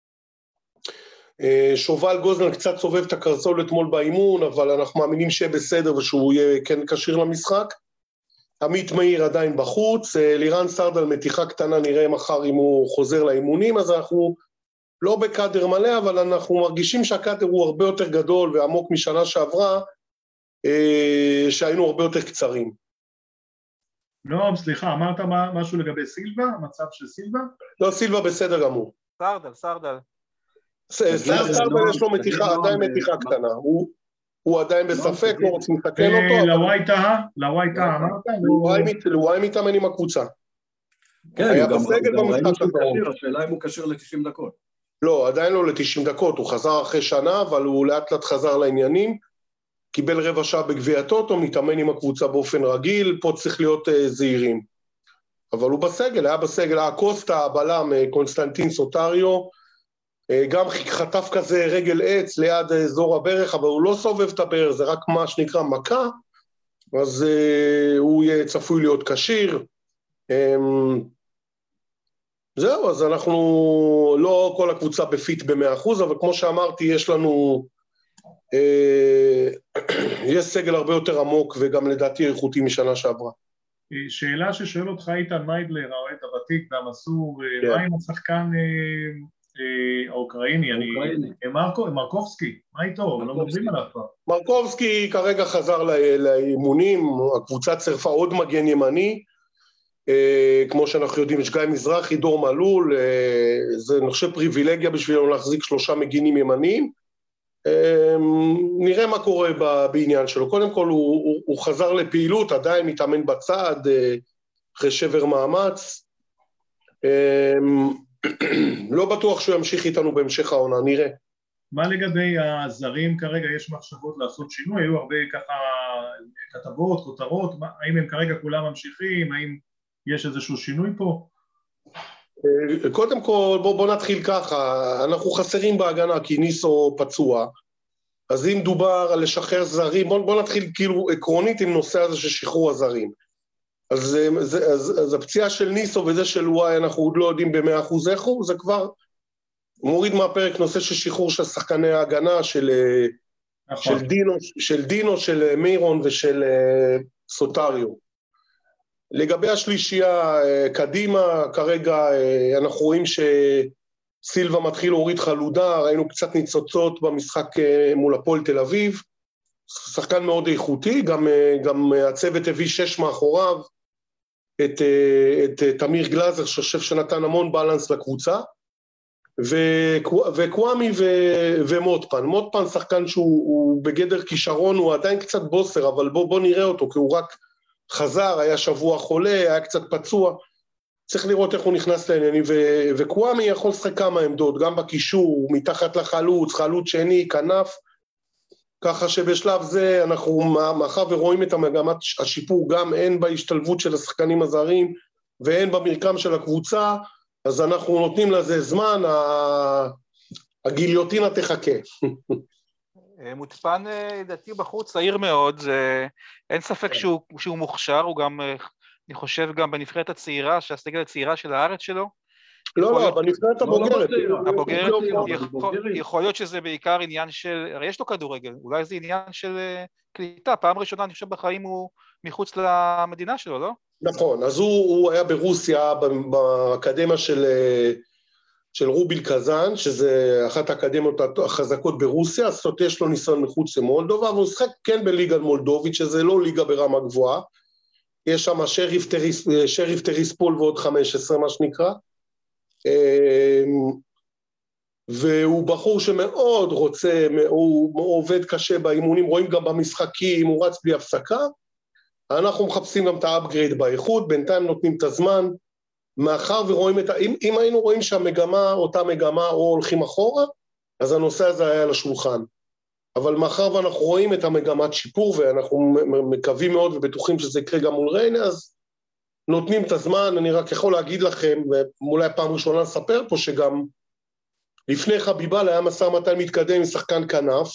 שובל גוזלן קצת סובב את הקרסול אתמול באימון, אבל אנחנו מאמינים שיהיה בסדר ושהוא יהיה כן כשיר למשחק. עמית מאיר עדיין בחוץ, לירן סרדל מתיחה קטנה, נראה מחר אם הוא חוזר לאימונים, אז אנחנו לא בקאדר מלא, אבל אנחנו מרגישים שהקאדר הוא הרבה יותר גדול ועמוק משנה שעברה, שהיינו הרבה יותר קצרים. לא, סליחה, אמרת משהו לגבי סילבה, המצב של סילבה? לא, סילבה בסדר גמור. סרדל. סרדל יש לו עדיין מתיחה קטנה, הוא עדיין בספק, לא רוצים לתקן אותו. לווייטה, אמרת? לוואי מתאמן עם הקבוצה. כן, היה בסגל במשחק הקרוב. השאלה אם הוא קשר ל-90 דקות. לא, עדיין לא ל-90 דקות, הוא חזר אחרי שנה, אבל הוא לאט לאט חזר לעניינים, קיבל רבע שעה בגביע הטוטו, מתאמן עם הקבוצה באופן רגיל, פה צריך להיות זהירים. אבל הוא בסגל, היה בסגל, הקוסטה, הבלם, קונסטנטין סוטריו, גם חטף כזה רגל עץ ליד אזור הברך, אבל הוא לא סובב את הברך, זה רק מה שנקרא מכה, אז הוא יהיה צפוי להיות כשיר. זהו, אז אנחנו לא כל הקבוצה בפיט ב100%, אבל כמו שאמרתי, יש לנו, יש סגל הרבה יותר עמוק, וגם לדעתי איכותי משנה שעברה. שאלה ששואל אותך איתן מיידלר, האוהד הוותיק והמסור, מה עם השחקן האוקראיני, מרקובסקי, מה איתו? לא מדברים עליו כבר. מרקובסקי כרגע חזר לאימונים, הקבוצה צירפה עוד מגן ימני, כמו שאנחנו יודעים, יש גיא מזרחי, דור מלול, זה אני חושב פריבילגיה בשבילנו להחזיק 3 מגינים ימניים, נראה מה קורה בעניין שלו. קודם כל הוא חזר לפעילות, עדיין מתאמן בצד, אחרי שבר מאמץ, לא בטוח שהוא ימשיך איתנו בהמשך העונה, נראה. מה לגבי הזרים כרגע, יש מחשבות לעשות שינוי? היו הרבה ככה כתבות, כותרות, האם הם כרגע כולם ממשיכים, האם יש איזשהו שינוי פה? קודם כל, בוא נתחיל ככה, אנחנו חסרים בהגנה כי ניסו פצוע, אז אם דובר על לשחרר זרים, בוא נתחיל כאילו עקרונית עם נושא הזה של שחרור הזרים. אז הפציעה של ניסו וזה של וואי, אנחנו עוד לא יודעים ב100% איך הוא, זה כבר מוריד מהפרק נושא של שחרור של שחקני ההגנה, של דינו, של מירון ושל סוטריו. לגבי השלישייה קדימה, כרגע אנחנו רואים שסילבה מתחיל להוריד חלודה, ראינו קצת ניצוצות במשחק מול הפועל תל אביב, שחקן מאוד איכותי, גם הצוות הביא 6 מאחוריו, את תמיר גלאזר, שחושב שנתן המון בלנס לקבוצה, וקוואמי ומוטפן. מוטפן שחקן שהוא בגדר כישרון, הוא עדיין קצת בוסר, אבל בוא נראה אותו, כי הוא רק חזר, היה שבוע חולה, היה קצת פצוע, צריך לראות איך הוא נכנס לעניינים, וקוואמי יכול לשחק כמה עמדות, גם בקישור, מתחת לחלוץ, חלוץ שני, כנף, ככה שבשלב זה אנחנו מאחר ורואים את המגמת השיפור, גם אין בהשתלבות של השחקנים הזרים, ואין במרקם של הקבוצה, אז אנחנו נותנים לזה זמן, הגיליוטינה תחכה. מוטפן דעתי בחוץ, צעיר מאוד, אין ספק שהוא מוכשר, הוא גם, אני חושב גם בנבחרת הצעירה, שהסגל הצעירה של הארץ שלו. לא, בנבחרת הבוגרת. הבוגרת, יכול להיות שזה בעיקר עניין של, הרי יש לו כדורגל, אולי זה עניין של קליטה, פעם ראשונה אני חושב בחיים הוא מחוץ למדינה שלו, לא? נכון, אז הוא היה ברוסיה, באקדמיה של רוביל קזאן, שזה אחת האקדמיות החזקות ברוסיה, אז יש לו ניסיון מחוץ למולדובה, והוא שחק כן בליגה מולדובית, שזה לא ליגה ברמה גבוהה, יש שם שריף טריספול ועוד 15, מה שנקרא, והוא בחור שמאוד רוצה, הוא עובד קשה באימונים, רואים גם במשחקים, הוא רץ בלי הפסקה, אנחנו מחפשים גם את האפגרייד באיכות, בינתיים נותנים את הזמן, מאחר ורואים אם היינו רואים שהמגמה, אותה מגמה, או הולכים אחורה, אז הנושא הזה היה על השולחן. אבל מאחר ואנחנו רואים את המגמת שיפור, ואנחנו מקווים מאוד ובטוחים שזה יקרה גם מול ריינה, אז נותנים את הזמן, אני רק יכול להגיד לכם, ואולי פעם ראשונה לספר פה, שגם לפני חביבל היה משא ומתן מתקדם עם שחקן כנף,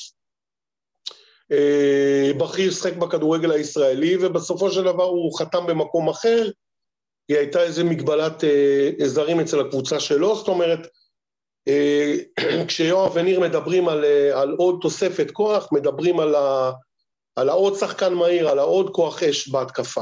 בכיר שחק בכדורגל הישראלי, ובסופו של דבר הוא חתם במקום אחר, היא הייתה איזו מגבלת זרים אצל הקבוצה שלו, זאת אומרת, כשיואב וניר מדברים על עוד תוספת כוח, מדברים על העוד שחקן מהיר, על העוד כוח אש בהתקפה.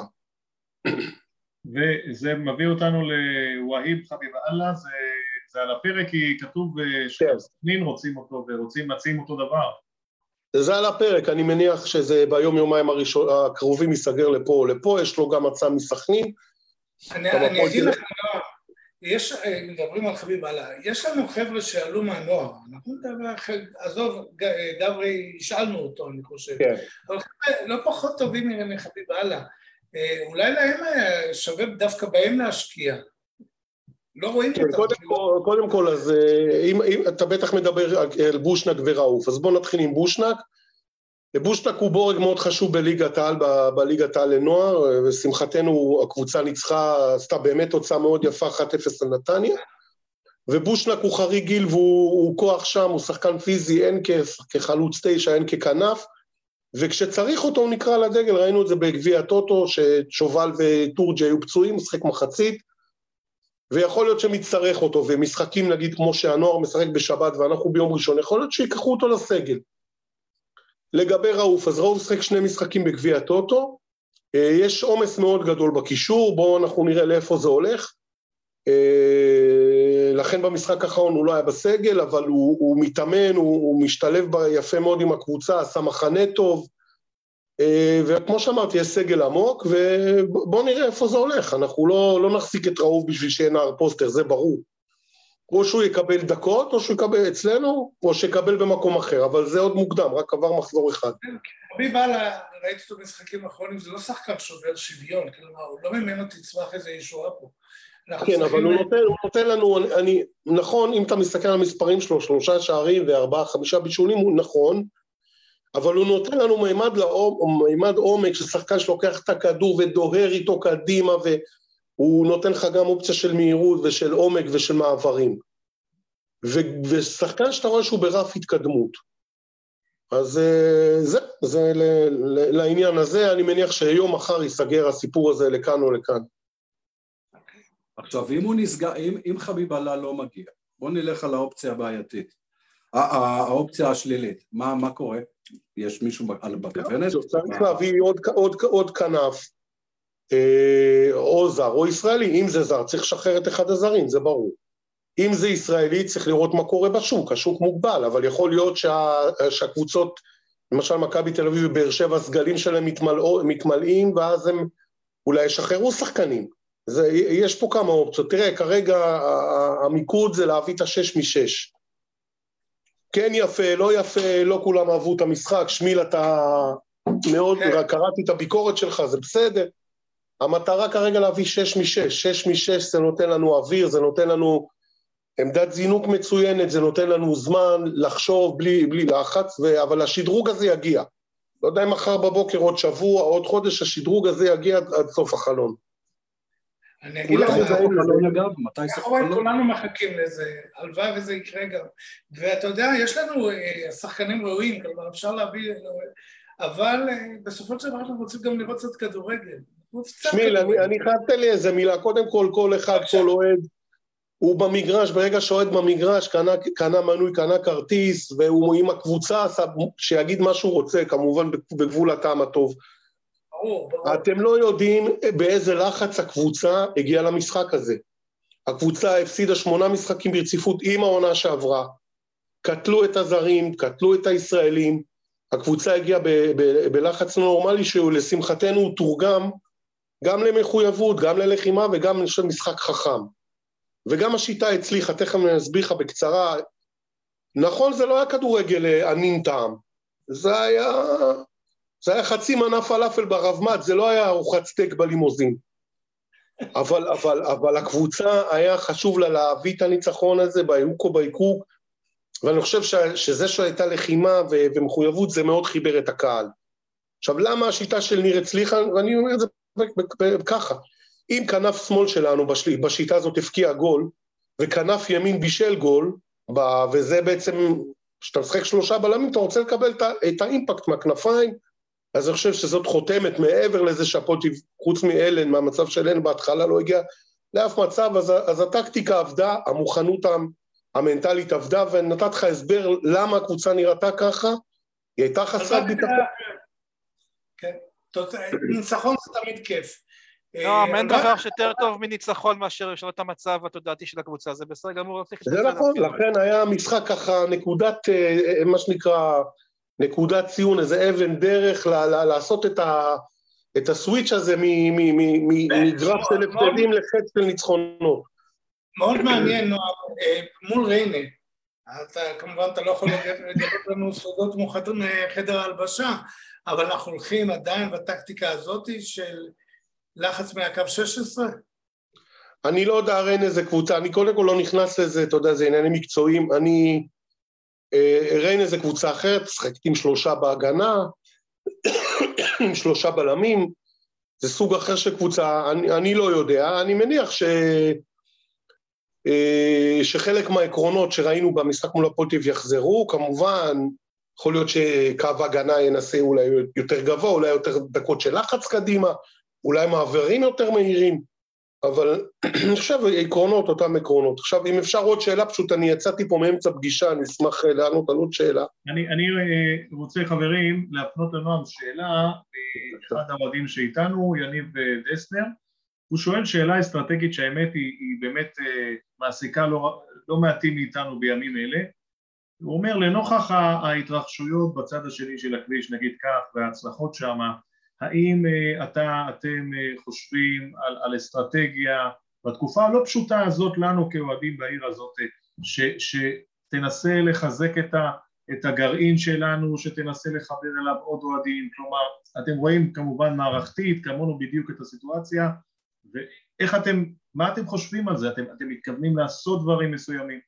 וזה מביא אותנו לווהיב חביב אללה, זה על הפרק, כי כתוב שסכנין רוצים אותו מציעים אותו דבר. זה על הפרק, אני מניח שזה ביום יומיים הקרובים ייסגר לפה או לפה, יש לו גם הצעה מסכנין. אני אגיד לך, מדברים על חביב אללה, יש לנו חבר'ה שעלו מהנוער, אנחנו עזוב, גברי, השאלנו אותו, אני חושב, אבל חבר'ה לא פחות טובים מחביב אללה, אולי להם שווה דווקא בהם להשקיע. לא רואים אותם. קודם כל, אז אם אתה בטח מדבר על בושנק וראוף, אז בואו נתחיל עם בושנק. בושנק הוא בורג מאוד חשוב בליגת העל, בליגת העל לנוער, ושמחתנו הקבוצה ניצחה, עשתה באמת תוצאה מאוד יפה, 1-0 על נתניה. ובושנק הוא חריג גיל והוא כוח שם, הוא שחקן פיזי, אין כחלוץ 9, אין ככנף, וכשצריך אותו הוא נקרא לדגל, ראינו את זה בגביע הטוטו, ששובל וטורג'י היו פצועים, משחק מחצית, ויכול להיות שמצטרך אותו, ומשחקים נגיד כמו שהנוער משחק בשבת, ואנחנו ביום ראשון, יכול להיות שיקחו אותו לסגל. לגבי ראוף, אז ראוף משחק 2 משחקים בגביע הטוטו, יש עומס מאוד גדול בקישור, בואו אנחנו נראה לאיפה זה הולך, לכן במשחק האחרון הוא לא היה בסגל, אבל הוא מתאמן, הוא משתלב יפה מאוד עם הקבוצה, עשה מחנה טוב, וכמו שאמרתי, יש סגל עמוק, ובואו נראה איפה זה הולך, אנחנו לא נחזיק את ראוף בשביל שיהיה נער פוסטר, זה ברור. או שהוא יקבל דקות, או שהוא יקבל אצלנו, או שיקבל במקום אחר, אבל זה עוד מוקדם, רק עבר מחזור אחד. רבי בעלה, ראיתי אותו במשחקים האחרונים, זה לא שחקן שובר שוויון, כלומר, הוא לא ממנו תצמח איזה ישועה פה. כן, אבל הוא נותן לנו, נכון, אם אתה מסתכל על המספרים שלו, 3 שערים ו4-5 בישולים, הוא נכון, אבל הוא נותן לנו מימד עומק, ששחקן שלוקח את הכדור ודוהר איתו קדימה, והוא נותן לך גם אופציה של מהירות ושל עומק ושל מעברים. ושחקן שאתה רואה שהוא ברף התקדמות. אז זה לעניין הזה, אני מניח שיום אחר ייסגר הסיפור הזה לכאן או לכאן. עכשיו, אם הוא נסגר, אם חביב עלה לא מגיע, בוא נלך על האופציה הבעייתית. האופציה השלילית, מה קורה? יש מישהו בכוונת? צריך להביא עוד כנף, או זר, או ישראלי. אם זה זר, צריך לשחרר את אחד הזרים, זה ברור. אם זה ישראלי, צריך לראות מה קורה בשוק, השוק מוגבל, אבל יכול להיות שהקבוצות, למשל מכבי תל אביב ובאר שבע, הסגלים שלהם מתמלאים, ואז הם אולי ישחררו שחקנים. יש פה כמה אופציות. תראה, כרגע המיקוד זה להביא את 6 מ-6. כן יפה, לא יפה, לא כולם אהבו את המשחק, שמיל אתה מאוד, קראתי את הביקורת שלך, זה בסדר. המטרה כרגע להביא 6 מ-6. 6 מ-6 זה נותן לנו אוויר, זה נותן לנו עמדת זינוק מצוינת, זה נותן לנו זמן לחשוב בלי לחץ, אבל השדרוג הזה יגיע. לא יודע אם מחר בבוקר, עוד שבוע, עוד חודש, השדרוג הזה יגיע עד סוף החלון. אני אגיד לך, כולנו מחכים לזה, הלוואי וזה יקרה גם. ואתה יודע, יש לנו שחקנים ראויים, כלומר אפשר להביא, אבל בסופו של דבר אנחנו רוצים גם לראות קצת כדורגל. שמיל, אני חייב תן לי איזה מילה, קודם כל אחד, כל אוהד, הוא במגרש, ברגע שאוהד במגרש, קנה מנוי, קנה כרטיס, והוא עם הקבוצה, שיגיד מה שהוא רוצה, כמובן בגבול הטעם הטוב. אתם לא יודעים באיזה לחץ הקבוצה הגיעה למשחק הזה. הקבוצה הפסידה 8 משחקים ברציפות עם העונה שעברה, קטלו את הזרים, קטלו את הישראלים, הקבוצה הגיעה בלחץ נורמלי שהוא לשמחתנו הוא תורגם גם למחויבות, גם ללחימה וגם למשחק חכם. וגם השיטה הצליחה, תכף אני אסביר לך בקצרה, נכון זה לא היה כדורגל ענין טעם, זה היה חצי מנה פלאפל ברבמת, זה לא היה ארוחת סטייק בלימוזין. אבל הקבוצה היה חשוב לה להביא את הניצחון הזה ביוק או בעיקוק, ואני חושב שזה שהייתה לחימה ומחויבות זה מאוד חיבר את הקהל. עכשיו למה השיטה של ניר הצליחה, ואני אומר את זה ככה, אם כנף שמאל שלנו בשיטה הזאת הפקיע גול, וכנף ימין בישל גול, וזה בעצם, כשאתה משחק 3 בלמים, אתה רוצה לקבל את האימפקט מהכנפיים, אז אני חושב שזאת חותמת מעבר לזה שהפוטי, חוץ מאלן, מהמצב של אלן בהתחלה לא הגיע לאף מצב, אז הטקטיקה עבדה, המוכנות המנטלית עבדה, ונתת לך הסבר למה הקבוצה נראתה ככה, היא הייתה חסרת ביטחון. כן, ניצחון זה תמיד כיף. לא, אין דבר שיותר טוב מניצחון מאשר לשנות את המצב התודעתי של הקבוצה, זה בסדר גמור. זה נכון, לכן היה משחק ככה נקודת, מה שנקרא, נקודת ציון, איזה אבן דרך לעשות את הסוויץ' הזה מגרף של הפסדים לחץ של ניצחונות. מאוד מעניין, נועם, מול ריינה, כמובן אתה לא יכול לגלות לנו סודות מוחדים מחדר ההלבשה, אבל אנחנו הולכים עדיין בטקטיקה הזאת של לחץ מהקו 16? אני לא יודע ריינה זה קבוצה, אני קודם כל לא נכנס לזה, אתה יודע, זה עניינים מקצועיים, ריינה זה קבוצה אחרת, שחקת עם 3 בהגנה, עם 3 בלמים, זה סוג אחר של קבוצה, אני לא יודע, אני מניח שחלק מהעקרונות שראינו במשחק מול הפועל תל אביב יחזרו, כמובן, יכול להיות שקו הגנה ינסה אולי יותר גבוה, אולי יותר דקות של לחץ קדימה, אולי מעברים יותר מהירים, אבל אני חושב עקרונות, אותם עקרונות. עכשיו, אם אפשר עוד שאלה, פשוט אני יצאתי פה מאמצע פגישה, אני אשמח לענות על עוד שאלה. אני רוצה, חברים, להפנות לנועם שאלה, אחד האוהדים שאיתנו, יניב דסנר, הוא שואל שאלה אסטרטגית שהאמת היא באמת מעסיקה לא מעטים מאיתנו בימים אלה. הוא אומר, לנוכח ההתרחשויות בצד השני של הכביש, נגיד כך, וההצלחות שם, האם אתם חושבים על אסטרטגיה בתקופה הלא פשוטה הזאת לנו כאוהדים בעיר הזאת, שתנסה לחזק את הגרעין שלנו, שתנסה לחבר אליו עוד אוהדים, כלומר, אתם רואים כמובן מערכתית, כמונו בדיוק את הסיטואציה, ואיך מה אתם חושבים על זה? אתם מתכוונים לעשות דברים מסוימים?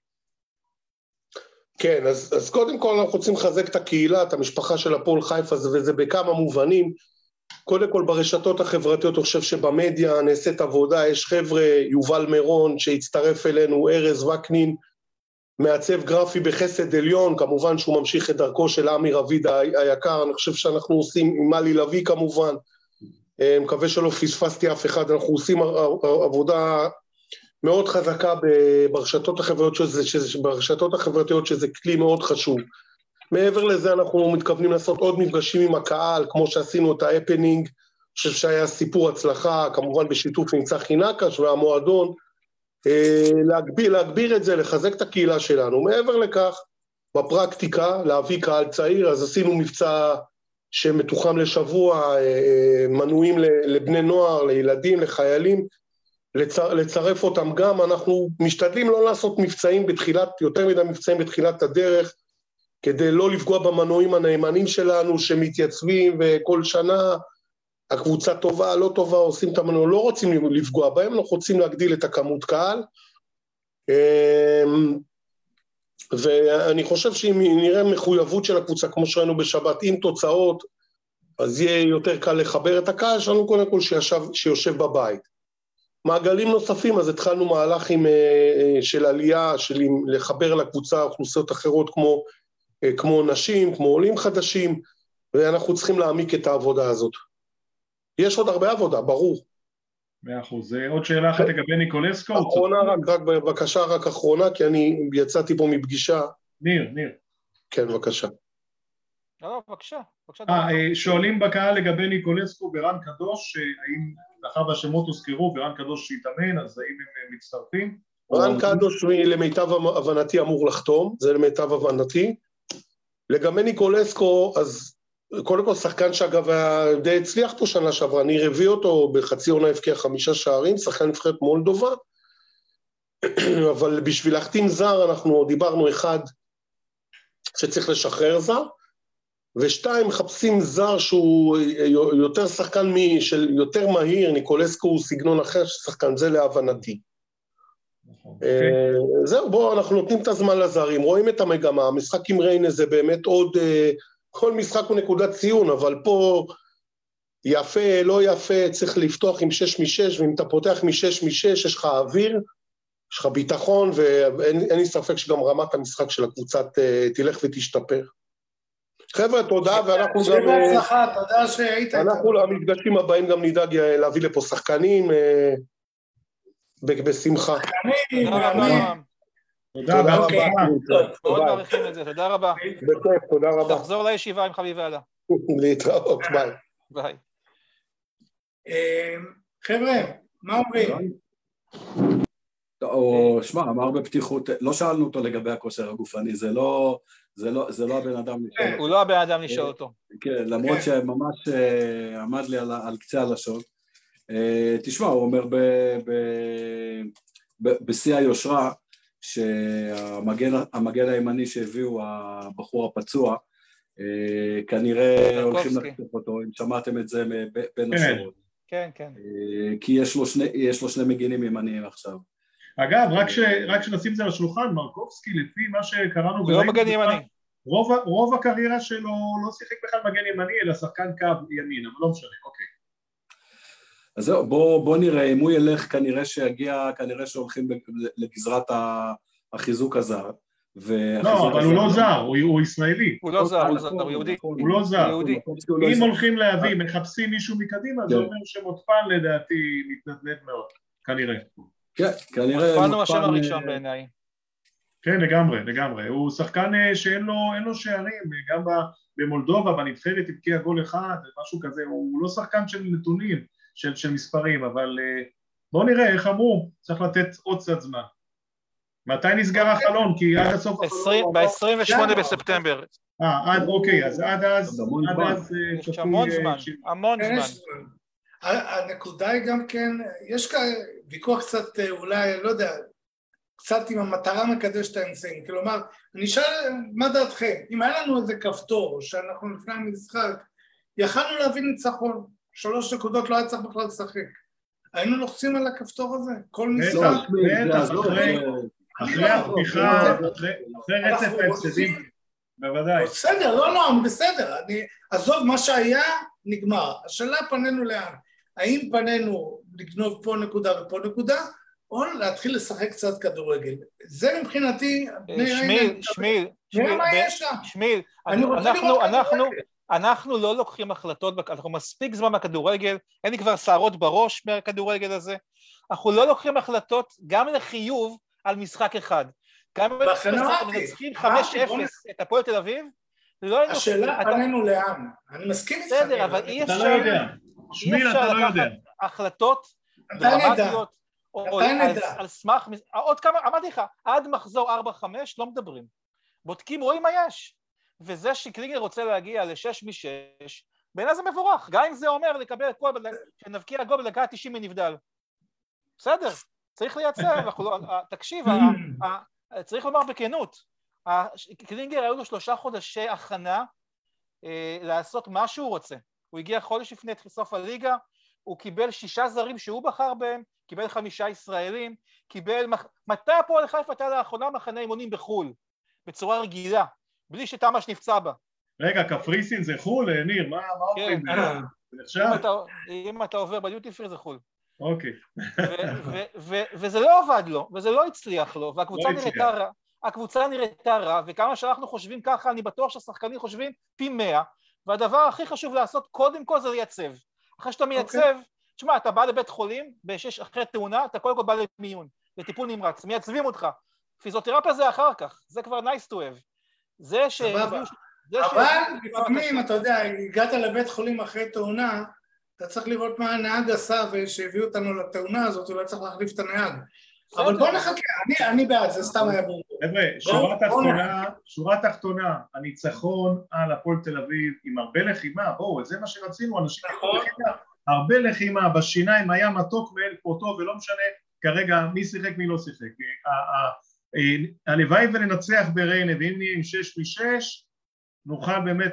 כן, אז קודם כל אנחנו רוצים לחזק את הקהילה, את המשפחה של הפועל חיפה, וזה בכמה מובנים. קודם כל ברשתות החברתיות, אני חושב שבמדיה נעשית עבודה, יש חבר'ה, יובל מירון שהצטרף אלינו, ארז וקנין, מעצב גרפי בחסד עליון, כמובן שהוא ממשיך את דרכו של אמיר רביד היקר, אני חושב שאנחנו עושים עם מלי לוי כמובן, מקווה שלא פספסתי אף אחד, אנחנו עושים עבודה מאוד חזקה ברשתות החברתיות שזה כלי מאוד חשוב. מעבר לזה אנחנו מתכוונים לעשות עוד מפגשים עם הקהל, כמו שעשינו את האפנינג, אני חושב שהיה סיפור הצלחה, כמובן בשיתוף עם צחי נקש והמועדון, להגביר את זה, לחזק את הקהילה שלנו. מעבר לכך, בפרקטיקה, להביא קהל צעיר, אז עשינו מבצע שמתוחם לשבוע, מנויים לבני נוער, לילדים, לחיילים, לצרף אותם גם, אנחנו משתדלים לא לעשות מבצעים יותר מדי מבצעים בתחילת הדרך, כדי לא לפגוע במנויים הנאמנים שלנו שמתייצבים וכל שנה הקבוצה טובה, לא טובה, עושים את המנויים, לא רוצים לפגוע בהם, אנחנו רוצים להגדיל את הכמות קהל, ואני חושב שאם נראה מחויבות של הקבוצה כמו שראינו בשבת עם תוצאות, אז יהיה יותר קל לחבר את הקהל שלנו קודם כל שיושב בבית. מעגלים נוספים, אז התחלנו מהלכים של עלייה, של לחבר לקבוצה אוכלוסיות אחרות כמו נשים, כמו עולים חדשים, ואנחנו צריכים להעמיק את העבודה הזאת. יש עוד הרבה עבודה, ברור. 100%. עוד שאלה אחת לגבי ניקולסקו? אחרונה, רק בבקשה, רק אחרונה, כי אני יצאתי פה מפגישה. ניר. כן, בבקשה. לא, בבקשה. שואלים בקהל לגבי ניקולסקו ורן קדוש, האם לאחר והשמות הוזכרו ורן קדוש שהתאמן, אז האם הם מצטרפים? רן קדוש למיטב הבנתי אמור לחתום, זה למיטב הבנתי. לגבי ניקולסקו, אז קודם כל שחקן שאגב די הצליח פה שנה שעברה, אני הביא אותו בחצי עונה הבקיע 5 שערים, שחקן נבחרת מולדובה, אבל בשביל להחתים זר אנחנו דיברנו אחד שצריך לשחרר זר, ושתיים מחפשים זר שהוא יותר שחקן יותר מהיר, ניקולסקו הוא סגנון אחר ששחקן, זה להבנתי. זהו, בואו, אנחנו נותנים את הזמן לזרים, רואים את המגמה, המשחק עם ריינה זה באמת עוד, כל משחק הוא נקודת ציון, אבל פה יפה, לא יפה, צריך לפתוח עם 6-6, ואם אתה פותח מ-6-6, יש לך אוויר, יש לך ביטחון, ואין לי ספק שגם רמת המשחק של הקבוצה תלך ותשתפר. חבר'ה, תודה, ואנחנו גם... תודה שהיית. אנחנו למפגשים הבאים גם נדאג להביא לפה שחקנים, בשמחה. תודה רבה. מאוד מעריכים את זה, תודה רבה. בכיף, תודה רבה. תחזור לישיבה עם חביבי הלאה. להתראות, ביי. ביי. חבר'ה, מה אומרים? שמע, אמר בפתיחות, לא שאלנו אותו לגבי הכושר הגופני, זה לא הבן אדם לשאול. הוא לא הבן אדם לשאול אותו. כן, למרות שממש עמד לי על קצה הלשון. תשמע, הוא אומר בשיא היושרה, שהמגן הימני שהביאו הבחור הפצוע, כנראה הולכים לחטוף אותו, אם שמעתם את זה בין השורות. כן, כן. כי יש לו 2 מגנים ימניים עכשיו. אגב, רק שנשים את זה על השולחן, מרקובסקי, לפי מה שקראנו... הוא לא מגן ימני. רוב הקריירה שלו לא שיחק בכלל מגן ימני, אלא שחקן קו ימין, אבל לא משנה, אוקיי. אז זהו, בוא נראה, אם הוא ילך כנראה שיגיע, כנראה שהולכים לגזרת החיזוק הזר. לא, אבל הוא לא זר, הוא ישראלי. הוא לא זר, הוא יהודי. הוא לא זר. אם הולכים להביא, מחפשים מישהו מקדימה, זה אומר שמוטפן לדעתי מתנדנד מאוד, כנראה. כן, כנראה... מוטפן הוא השם הראשון בעיניי. כן, לגמרי. הוא שחקן שאין לו שערים, גם במולדובה, בנבחרת הבקיע גול אחד, משהו כזה, הוא לא שחקן של נתונים, של מספרים, אבל בואו נראה, איך אמרו, צריך לתת עוד קצת זמן. מתי נסגר החלון? כי עד הסוף החלון... ב-28 בספטמבר. אוקיי, אז עד אז... יש המון זמן. הנקודה היא גם כן, יש ויכוח קצת, אולי, לא יודע, קצת עם המטרה מקדש את האמצעים. כלומר, אני אשאל, מה דעתכם? אם היה לנו איזה כפתור, שאנחנו לפני המשחק, יכלנו להביא ניצחון, 3 נקודות לא היה צריך בכלל לשחק. היינו לוחצים על הכפתור הזה? כל משחק? אחרי הפתיחה, אחרי רצף ההפסדים, בוודאי. בסדר, לא, בסדר. עזוב, מה שהיה, נגמר. השאלה פנינו לאן? האם פנינו לגנוב פה נקודה ופה נקודה, או להתחיל לשחק קצת כדורגל? זה מבחינתי... שמיל, אנחנו לא לוקחים החלטות, אנחנו מספיק זמן מהכדורגל, אין לי כבר שערות בראש מהכדורגל הזה, אנחנו לא לוקחים החלטות גם לחיוב על משחק אחד. גם אם מנצחים 5-0 את הפועל תל אביב, השאלה פנינו לאן, אני מסכים איתך. בסדר, אבל אי אפשר לקחת החלטות דרמטיות, על סמך, עוד כמה, אמרתי לך, עד מחזור 4-5 לא מדברים, בודקים, רואים מה יש, וזה שקלינגר רוצה להגיע ל6 מ6, בעיניי זה מבורך, גם אם זה אומר לקבל כל, שנבקיע גול בדקה 90 מנבדל. בסדר, צריך לייצר, תקשיב, צריך לומר בכנות, קלינגר היו לו 3 חודשי הכנה לעשות מה שהוא רוצה, הוא הגיע חודש לפני סוף הליגה, הוא קיבל 6 זרים שהוא בחר בהם, קיבל 5 ישראלים, מתי הפועל חיפה הייתה לאחרונה מחנה אימונים בחול, בצורה רגילה, בלי שתמש נפצע בה. רגע, קפריסין זה חול, ניר, מה אומרים? אם אתה עובר בדיוטי פרי זה חול. אוקיי. וזה לא עבד לו, וזה לא הצליח לו, והקבוצה נראתה רע, וכמה שאנחנו חושבים ככה, אני בטוח שהשחקנים חושבים פי 100, והדבר הכי חשוב לעשות קודם כל זה לייצב. אחרי שאתה מייצב, תשמע, אתה בא לבית חולים, אחרי תאונה, אתה קודם כל בא למיון, לטיפול נמרץ, מייצבים אותך. פיזיותרפיה זה אחר כך, זה כבר nice to have. זה ש... אבל לפעמים, אתה יודע, הגעת לבית חולים אחרי תאונה, אתה צריך לראות מה הנהג עשה ושהביאו אותנו לתאונה הזאת, אולי צריך להחליף את הנהג. אבל בוא נחכה, אני בעד, זה סתם היה ברור. חבר'ה, שורה תחתונה, הניצחון על הפועל תל אביב עם הרבה לחימה, בואו, זה מה שרצינו, אנשים הרבה לחימה, בשיניים היה מתוק מאל פרוטו, ולא משנה כרגע מי שיחק מי לא שיחק. הלוואי וננצח בריינה, ואם נהיה עם 6 מ6, נוכל באמת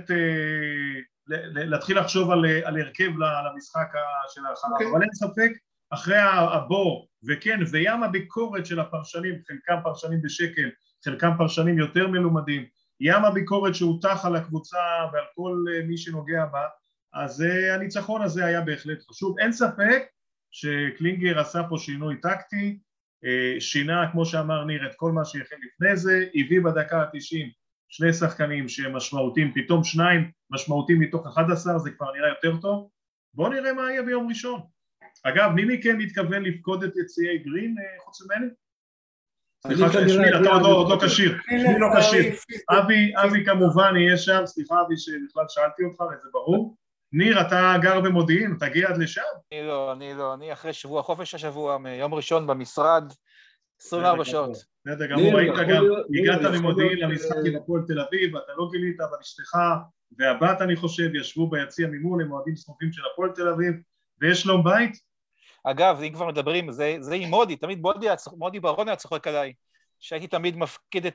להתחיל לחשוב על הרכב למשחק של ההכנה, אבל אין ספק, אחרי הבור, וכן, וים הביקורת של הפרשנים, חלקם פרשנים בשקל, חלקם פרשנים יותר מלומדים, ים הביקורת שהותח על הקבוצה ועל כל מי שנוגע בה, אז הניצחון הזה היה בהחלט חשוב. אין ספק שקלינגר עשה פה שינוי טקטי, שינה, כמו שאמר ניר, את כל מה שיחל לפני זה, הביא בדקה ה-90 2 שחקנים שהם משמעותיים, פתאום 2 משמעותיים מתוך 11, זה כבר נראה יותר טוב. בואו נראה מה יהיה ביום ראשון. אגב, מי מכם מתכוון לפקוד את יציאי גרין חוץ ממני? סליחה, שמיל, אתה עוד לא קשיר. שמיל לא קשיר. אבי כמובן יהיה שם, סליחה אבי שבכלל שאלתי אותך, וזה ברור. ניר, אתה גר במודיעין, תגיע עד לשם? אני לא, אני אחרי שבוע, חופש השבוע, מיום ראשון במשרד, 24 שעות. בסדר, גמור, היית גם, הגעת ממודיעין למשחק עם הפועל תל אביב, אתה לא גילית, אבל אשתך והבת, אני חושב, ישבו ביציע ממול, הם מועדים סמוכים של הפועל תל אביב, ויש שלום בית? אגב, אם כבר מדברים, זה עם מודי, תמיד מודי ברון היה צוחק עליי, שהייתי תמיד מפקיד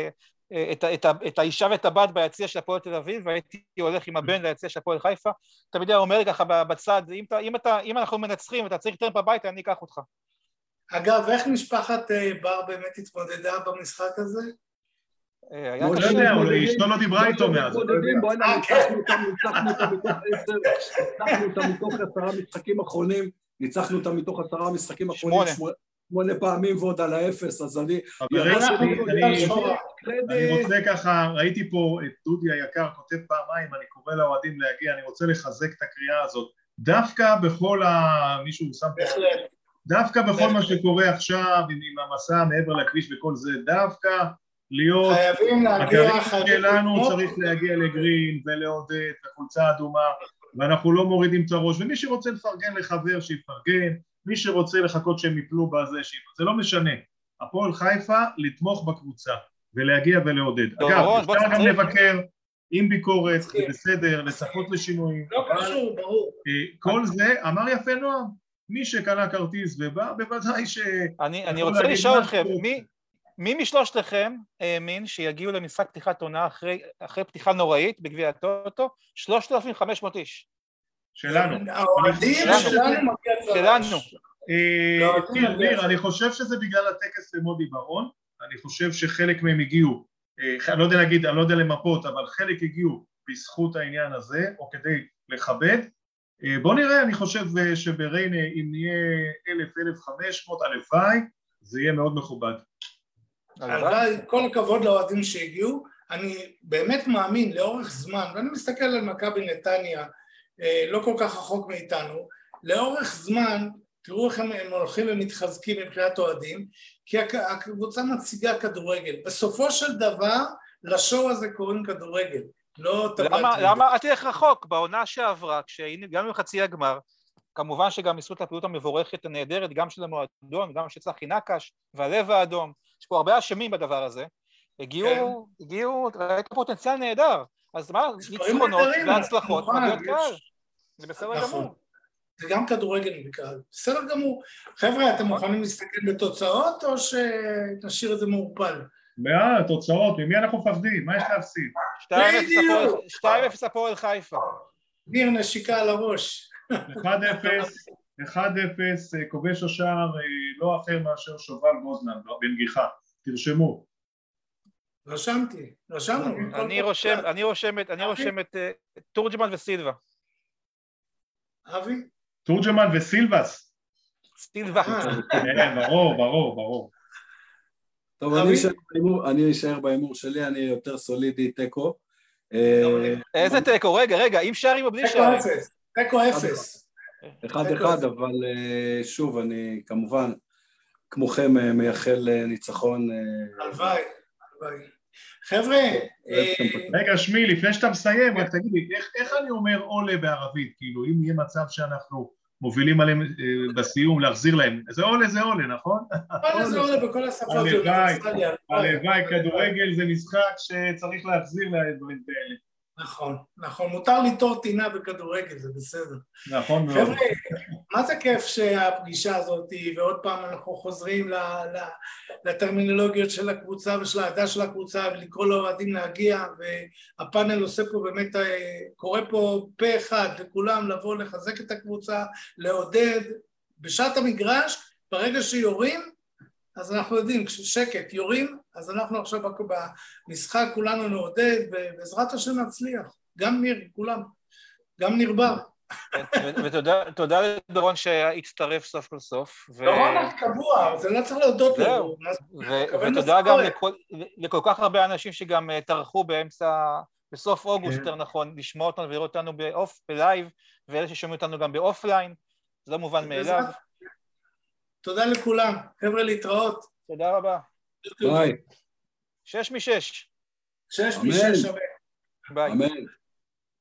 את האישה ואת הבת ביציע של הפועל תל אביב, והייתי הולך עם הבן ליציע של הפועל חיפה, תמיד היה אומר ככה בצד, אם אנחנו מנצחים ואתה צריך טרמפ הביתה, אני אקח אותך. אגב, איך משפחת בר באמת התמודדה במשחק הזה? היה קשה. לא יודע, אשתו לא דיברה איתו מאז. ניצחנו אותם מתוך 10 משחקים אחרונים, ניצחנו אותם מתוך 10 משחקים אחרונים 8 פעמים ועוד על האפס, אז אני רוצה ככה, ראיתי פה את דודי היקר כותב פעמיים, אני קורא לאוהדים להגיע, אני רוצה לחזק את הקריאה הזאת, דווקא בכל מישהו שם פה, דווקא בכל מה שקורה עכשיו עם המסע מעבר לכביש וכל זה, דווקא להיות, הקריאה שלנו צריך להגיע לגרין ולעודד וחולצה אדומה, ואנחנו לא מורידים את הראש, ומי שרוצה לפרגן לחבר שיפרגן, מי שרוצה לחכות שהם יפלו בזה שיפלו, זה לא משנה, הפועל חיפה לתמוך בקבוצה ולהגיע ולעודד. אגב, אפשר גם לבקר עם ביקורת, זה בסדר, לצפות לשינויים. לא קשור, ברור. כל זה, אמר יפה נועם, מי שקנה כרטיס ובא, בוודאי ש... אני רוצה לשאול אתכם, מי משלושתכם האמין שיגיעו למשחק פתיחת עונה אחרי פתיחה נוראית בגביע הטוטו? 3,500 איש. שלנו. האוהדים שלנו. אני חושב שזה בגלל הטקס למודי ברון, אני חושב שחלק מהם הגיעו, אני לא יודע להגיד, אני לא יודע למפות, אבל חלק הגיעו בזכות העניין הזה, או כדי לכבד. בוא נראה, אני חושב שבריינה, אם נהיה 1,000-1,500, הלוואי, זה יהיה מאוד מכובד. הלוואי, כל הכבוד לאוהדים שהגיעו, אני באמת מאמין לאורך זמן, ואני מסתכל על מכבי נתניה, לא כל כך רחוק מאיתנו, לאורך זמן, תראו איך הם הולכים ומתחזקים מבחינת אוהדים, כי הקבוצה מציגה כדורגל. בסופו של דבר, לשואו הזה קוראים כדורגל, לא טבלת. למה? אל תלך רחוק, בעונה שעברה, כשהגענו לחצי הגמר, כמובן שגם עשו את הפעילות המבורכת הנהדרת, גם של המועדון, גם של צחי נקש, והלב האדום, יש פה הרבה אשמים בדבר הזה, הגיעו, ראית פוטנציאל נהדר, אז מה, ניצחונות והצלחות, מגיעות קהל, זה בסדר גמור. זה גם כדורגל בקהל, בסדר גמור. חבר'ה, אתם מוכנים להסתכל בתוצאות, או שנשאיר את זה מעורפל? תוצאות, ממי אנחנו מפחדים? מה יש להפסיד? 2-0 הפועל חיפה. ניר נשיקה על הראש. 1-0, כובש השער לא אחר מאשר שובל גוזלן, בנגיחה, תרשמו. רשמנו. אני רושם את תורג'מן וסילבה. אבי? תורג'מן וסילבס. סילבה. ברור. טוב, אני אשאר באימור שלי, אני יותר סולידי, תיקו. איזה תיקו? רגע, עם שערים או בלי שערים? תיקו 0. 1-1, אבל שוב, אני כמובן, כמוכם מייחל ניצחון. הלוואי. חבר'ה, רגע שמי, לפני שאתה מסיים, רק תגיד לי, איך אני אומר עולה בערבית? כאילו, אם יהיה מצב שאנחנו מובילים עליהם בסיום, להחזיר להם, זה עולה, נכון? זה עולה בכל השפות. הלוואי, כדורגל זה משחק שצריך להחזיר לדברים כאלה. נכון, מותר ליטור טינה בכדורגל, זה בסדר. נכון מאוד. חבר'ה, מה זה כיף שהפגישה הזאת, ועוד פעם אנחנו חוזרים לטרמינולוגיות של הקבוצה ושל העדה של הקבוצה, ולקרוא לאוהדים להגיע, והפאנל עושה פה באמת, קורא פה פה אחד לכולם לבוא לחזק את הקבוצה, לעודד, בשעת המגרש, ברגע שיורים, אז אנחנו יודעים, כששקט יורים, אז אנחנו עכשיו במשחק כולנו נעודד, ובעזרת השם נצליח. גם ניר, כולם. גם ניר בר. ותודה לדורון שהצטרף סוף כל סוף. דורון קבוע, זה לא צריך להודות לו. ותודה גם לכל כך הרבה אנשים שגם טרחו בסוף אוגוסט, יותר נכון, לשמוע אותנו ולראות אותנו בלייב, ואלה ששומעים אותנו גם באופליין, זה לא מובן מאליו. תודה לכולם, חבר'ה להתראות. תודה רבה. ביי. 6 מ-6. 6 מ-6 שווה. ביי. אמן.